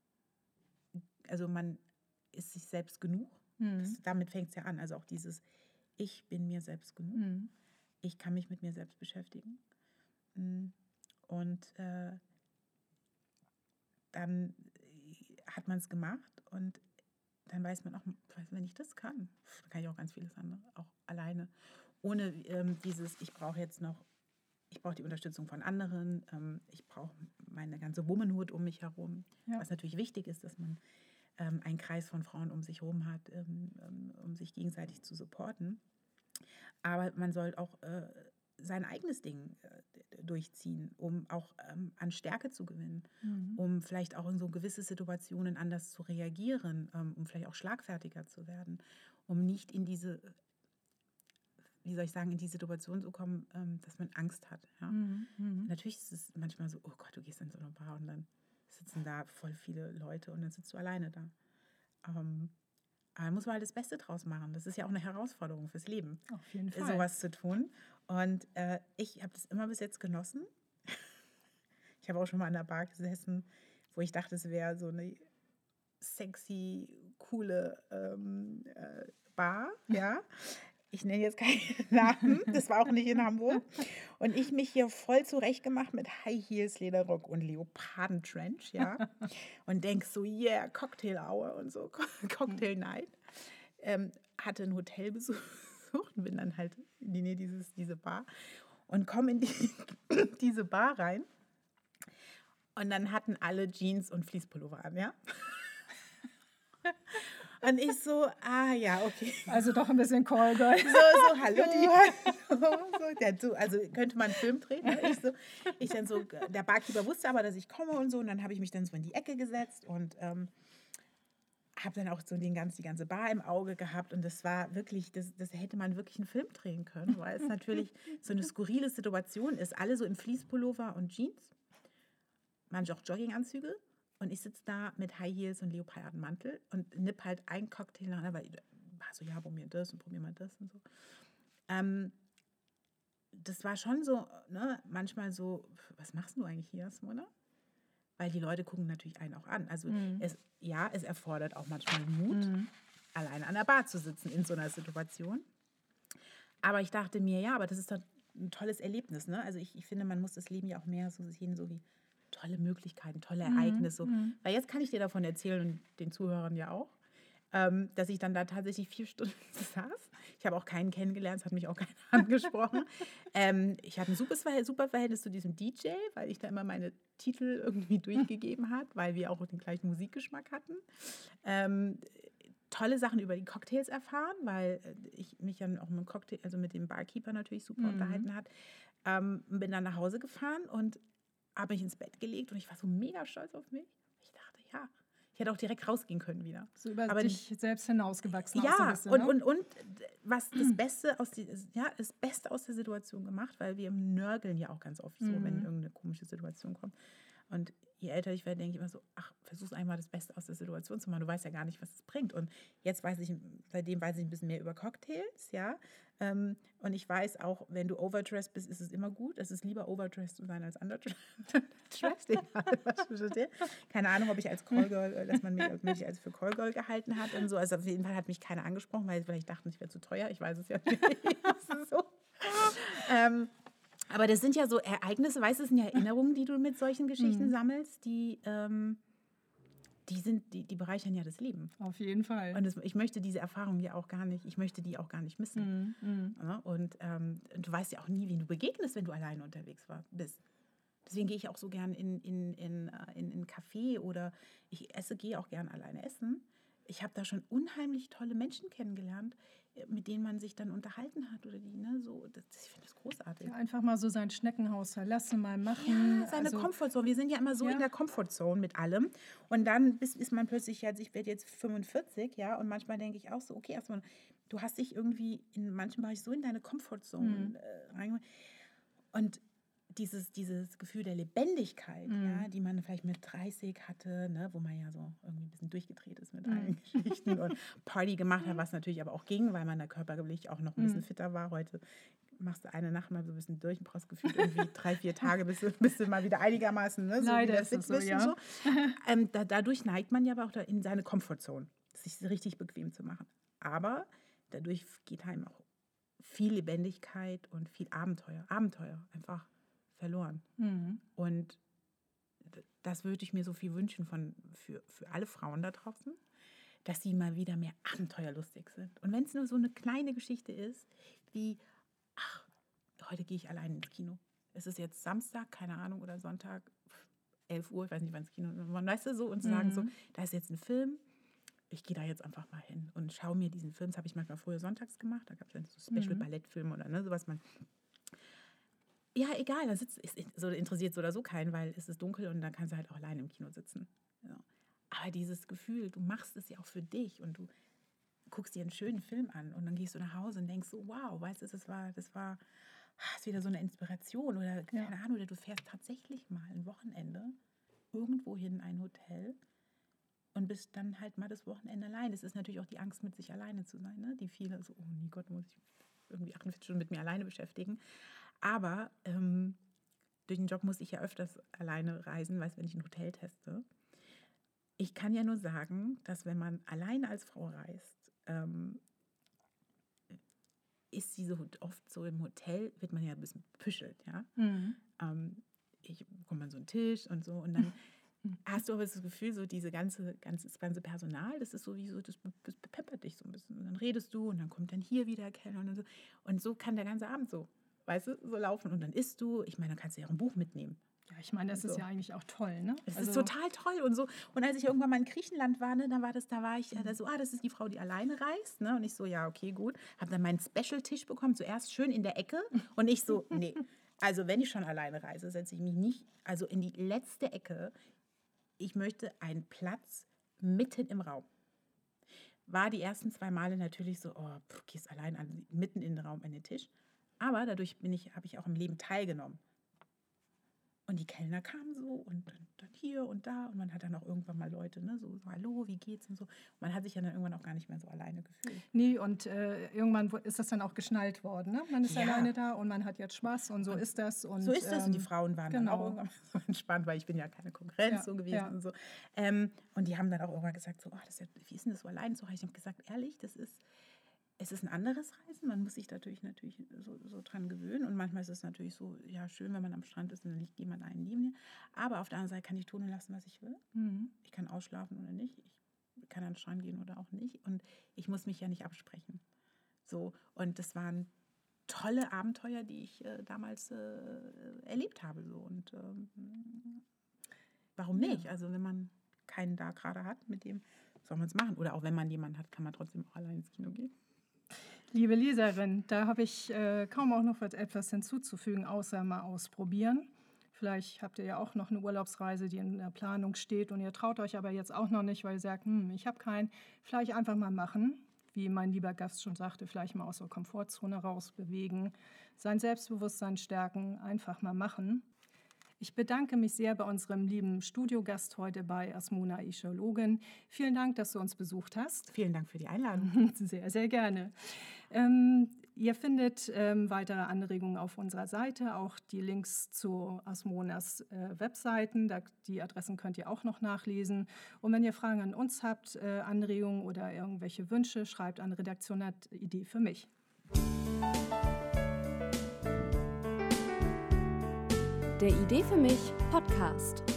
S3: genug. Damit fängt es ja an. Also auch dieses, ich bin mir selbst genug. Ich kann mich mit mir selbst beschäftigen. Und dann hat man es gemacht und dann weiß man auch, wenn ich das kann ich auch ganz vieles andere, auch alleine. Ohne ich brauche die Unterstützung von anderen, ich brauche meine ganze Womanhood um mich herum. Ja. Was natürlich wichtig ist, dass man einen Kreis von Frauen um sich herum hat, um sich gegenseitig zu supporten. Aber man soll auch sein eigenes Ding durchziehen, um auch an Stärke zu gewinnen, um vielleicht auch in so gewisse Situationen anders zu reagieren, um vielleicht auch schlagfertiger zu werden, um nicht in diese, in die Situation zu kommen, dass man Angst hat. Ja? Natürlich ist es manchmal so, oh Gott, du gehst in so eine Bar und dann sitzen da voll viele Leute und dann sitzt du alleine da. Aber da muss man halt das Beste draus machen. Das ist ja auch eine Herausforderung fürs Leben,
S2: auf jeden Fall,
S3: sowas zu tun. Und ich habe das immer bis jetzt genossen. Ich habe auch schon mal an der Bar gesessen, wo ich dachte, es wäre so eine sexy, coole Bar. Ja. Ich nenne jetzt keinen Namen, das war auch nicht in Hamburg. Und ich mich hier voll zurechtgemacht mit High Heels, Lederrock und Leopardentrench, ja. Und denke so, yeah, Cocktail Hour und so, Cocktail Night. Hatte ein Hotel besucht und bin dann halt in die Nähe diese Bar und komme in diese Bar rein. Und dann hatten alle Jeans und Fleece-Pullover an, ja? Und ich so, ja, okay.
S2: Also doch ein bisschen Callgirl.
S3: So, hallo. Also könnte man einen Film drehen. Ne? Ich dann so, der Barkeeper wusste aber, dass ich komme und so. Und dann habe ich mich dann so in die Ecke gesetzt und habe dann auch so die ganze Bar im Auge gehabt. Und das war wirklich, das hätte man wirklich einen Film drehen können, weil es natürlich so eine skurrile Situation ist. Alle so im Fleece-Pullover und Jeans, manche auch Jogginganzüge. Und ich sitze da mit High Heels und Leopardenmantel und nipp halt einen Cocktail nach, weil ich war so, ja, probier das und probier mal das und so. Das war schon so, ne, manchmal so, was machst du eigentlich hier, Simona? Weil die Leute gucken natürlich einen auch an. Also es erfordert auch manchmal Mut, alleine an der Bar zu sitzen in so einer Situation. Aber ich dachte mir, ja, aber das ist doch ein tolles Erlebnis. Ne? Also ich finde, man muss das Leben ja auch mehr so sehen, so wie tolle Möglichkeiten, tolle Ereignisse. So. Weil jetzt kann ich dir davon erzählen und den Zuhörern ja auch, dass ich dann da tatsächlich 4 Stunden saß. Ich habe auch keinen kennengelernt, es hat mich auch keiner angesprochen. Ich hatte ein super Verhältnis zu diesem DJ, weil ich da immer meine Titel irgendwie durchgegeben habe, weil wir auch den gleichen Musikgeschmack hatten. Tolle Sachen über die Cocktails erfahren, weil ich mich dann auch mit dem Barkeeper natürlich super unterhalten hat. Bin dann nach Hause gefahren und habe mich ins Bett gelegt und ich war so mega stolz auf mich. Ich dachte, ja, ich hätte auch direkt rausgehen können wieder.
S2: So über dich selbst hinausgewachsen.
S3: Ja,
S2: so ein bisschen, ne?
S3: und was das Beste aus der Situation gemacht, weil wir nörgeln ja auch ganz oft so, wenn irgendeine komische Situation kommt. Und je älter ich werde, denke ich immer so, versuch einmal das Beste aus der Situation zu machen. Du weißt ja gar nicht, was es bringt. Und jetzt seitdem weiß ich ein bisschen mehr über Cocktails, ja. Und ich weiß auch, wenn du overdressed bist, ist es immer gut. Es ist lieber overdressed zu sein als underdressed. Keine Ahnung, ob ich als Callgirl, dass man mich als für Callgirl gehalten hat und so. Also auf jeden Fall hat mich keiner angesprochen, weil vielleicht dachten, ich wäre zu teuer. Ich weiß es ja nicht. Das ist so. Aber das sind ja so Ereignisse, weißt du, das sind ja Erinnerungen, die du mit solchen Geschichten sammelst, die bereichern ja das Leben.
S2: Auf jeden Fall.
S3: Und ich möchte diese Erfahrung ja auch gar nicht, ich möchte die auch gar nicht missen. Ja, und du weißt ja auch nie, wen du begegnest, wenn du alleine unterwegs bist. Deswegen gehe ich auch so gern in ein Café oder gehe auch gern alleine essen. Ich habe da schon unheimlich tolle Menschen kennengelernt, mit denen man sich dann unterhalten hat oder die, ne, so, ich finde das großartig.
S2: Ja, einfach mal so sein Schneckenhaus verlassen, mal machen.
S3: Ja, seine Comfortzone. Wir sind ja immer so in der Comfortzone mit allem. Und dann ist man plötzlich, also ich werde jetzt 45, ja, und manchmal denke ich auch so, okay, erstmal, du hast dich irgendwie in manchen Bereichen so in deine Comfortzone reingemacht. Und dieses Gefühl der Lebendigkeit, ja, die man vielleicht mit 30 hatte, ne, wo man ja so irgendwie ein bisschen durchgedreht ist mit allen Geschichten und Party gemacht hat, was natürlich aber auch ging, weil man da körperlich auch noch ein bisschen fitter war. Heute machst du eine Nacht mal so ein bisschen durch und brauchst gefühlt irgendwie 3-4 Tage, bis du mal wieder einigermaßen, ne, so
S2: Leider
S3: wieder
S2: ist
S3: fit
S2: es so,
S3: bist
S2: ja.
S3: und so. Dadurch neigt man ja aber auch in seine Komfortzone, sich richtig bequem zu machen. Aber dadurch geht einem auch viel Lebendigkeit und viel Abenteuer einfach verloren. Und das würde ich mir so viel wünschen für alle Frauen da draußen, dass sie mal wieder mehr abenteuerlustig sind. Und wenn es nur so eine kleine Geschichte ist, wie, heute gehe ich allein ins Kino. Es ist jetzt Samstag, keine Ahnung, oder Sonntag, 11 Uhr, ich weiß nicht, wann ins Kino ist. Man weiß so und sagen so, da ist jetzt ein Film, ich gehe da jetzt einfach mal hin und schaue mir diesen Film. Das habe ich manchmal früher sonntags gemacht, da gab es dann so Special-Ballettfilme oder ne, sowas, ja, egal, so interessiert so oder so keinen, weil es ist dunkel und dann kannst du halt auch alleine im Kino sitzen. Ja. Aber dieses Gefühl, du machst es ja auch für dich und du guckst dir einen schönen Film an und dann gehst du nach Hause und denkst so, wow, weißt du, das ist wieder so eine Inspiration oder keine Ahnung, oder du fährst tatsächlich mal ein Wochenende irgendwo hin in ein Hotel und bist dann halt mal das Wochenende allein. Das ist natürlich auch die Angst, mit sich alleine zu sein, ne? Die viele so, oh mein Gott, muss ich irgendwie 48 Stunden mit mir alleine beschäftigen. Aber durch den Job muss ich ja öfters alleine reisen, weißt du, wenn ich ein Hotel teste. Ich kann ja nur sagen, dass wenn man alleine als Frau reist, ist sie so oft so im Hotel, wird man ja ein bisschen bepüschelt, ja. Kommt man so einen Tisch und so und dann hast du aber das Gefühl, so das ganze Personal, das ist so wie so, das bepeppert dich so ein bisschen. Und dann redest du und dann kommt dann hier wieder Kellner und so. Und so kann der ganze Abend so, weißt du, so laufen. Und dann isst du. Ich meine, dann kannst du ja auch ein Buch mitnehmen.
S2: Ja, ich meine, das ist ja eigentlich auch toll, ne?
S3: Es ist total toll und so. Und als ich irgendwann mal in Griechenland war, ne, da war ich so, das ist die Frau, die alleine reist, ne? Und ich so, ja, okay, gut. Habe dann meinen Special-Tisch bekommen, zuerst schön in der Ecke. Und ich so, nee, also wenn ich schon alleine reise, setze ich mich nicht, also in die letzte Ecke. Ich möchte einen Platz mitten im Raum. War die ersten 2 Male natürlich so, gehst allein mitten in den Raum an den Tisch. Aber dadurch habe ich auch im Leben teilgenommen. Und die Kellner kamen so und dann hier und da. Und man hat dann auch irgendwann mal Leute, ne, so hallo, wie geht's und so. Und man hat sich ja dann irgendwann auch gar nicht mehr so alleine gefühlt.
S2: Nee, und irgendwann ist das dann auch geschnallt worden. Ne? Man ist alleine da und man hat jetzt Spaß und so ist das. Und,
S3: so ist das. Und die Frauen waren dann auch irgendwann so entspannt, weil ich bin ja keine Konkurrenz so gewesen und so. Und die haben dann auch irgendwann gesagt, so, wie ist denn das so allein zu reisen? Ich habe gesagt, ehrlich, es ist ein anderes Reisen. Man muss sich natürlich so dran gewöhnen. Und manchmal ist es natürlich so, ja, schön, wenn man am Strand ist und dann liegt jemand einen neben dir. Aber auf der anderen Seite kann ich tun und lassen, was ich will. Mhm. Ich kann ausschlafen oder nicht. Ich kann an den Strand gehen oder auch nicht. Und ich muss mich ja nicht absprechen. So, und das waren tolle Abenteuer, die ich damals erlebt habe. So. Und warum nicht? Also wenn man keinen da gerade hat, mit dem soll man es machen. Oder auch wenn man jemanden hat, kann man trotzdem auch allein ins Kino gehen.
S2: Liebe Leserin, da habe ich kaum auch noch etwas hinzuzufügen, außer mal ausprobieren. Vielleicht habt ihr ja auch noch eine Urlaubsreise, die in der Planung steht und ihr traut euch aber jetzt auch noch nicht, weil ihr sagt, ich habe keinen. Vielleicht einfach mal machen, wie mein lieber Gast schon sagte, vielleicht mal aus der Komfortzone rausbewegen, sein Selbstbewusstsein stärken, einfach mal machen. Ich bedanke mich sehr bei unserem lieben Studiogast heute bei Asmona Ischologin. Vielen Dank, dass du uns besucht hast.
S3: Vielen Dank für die Einladung.
S2: Sehr, sehr gerne. Ihr findet weitere Anregungen auf unserer Seite, auch die Links zu Asmonas Webseiten. Die Adressen könnt ihr auch noch nachlesen. Und wenn ihr Fragen an uns habt, Anregungen oder irgendwelche Wünsche, schreibt an redaktion@idee für mich.
S1: Der Idee für mich Podcast.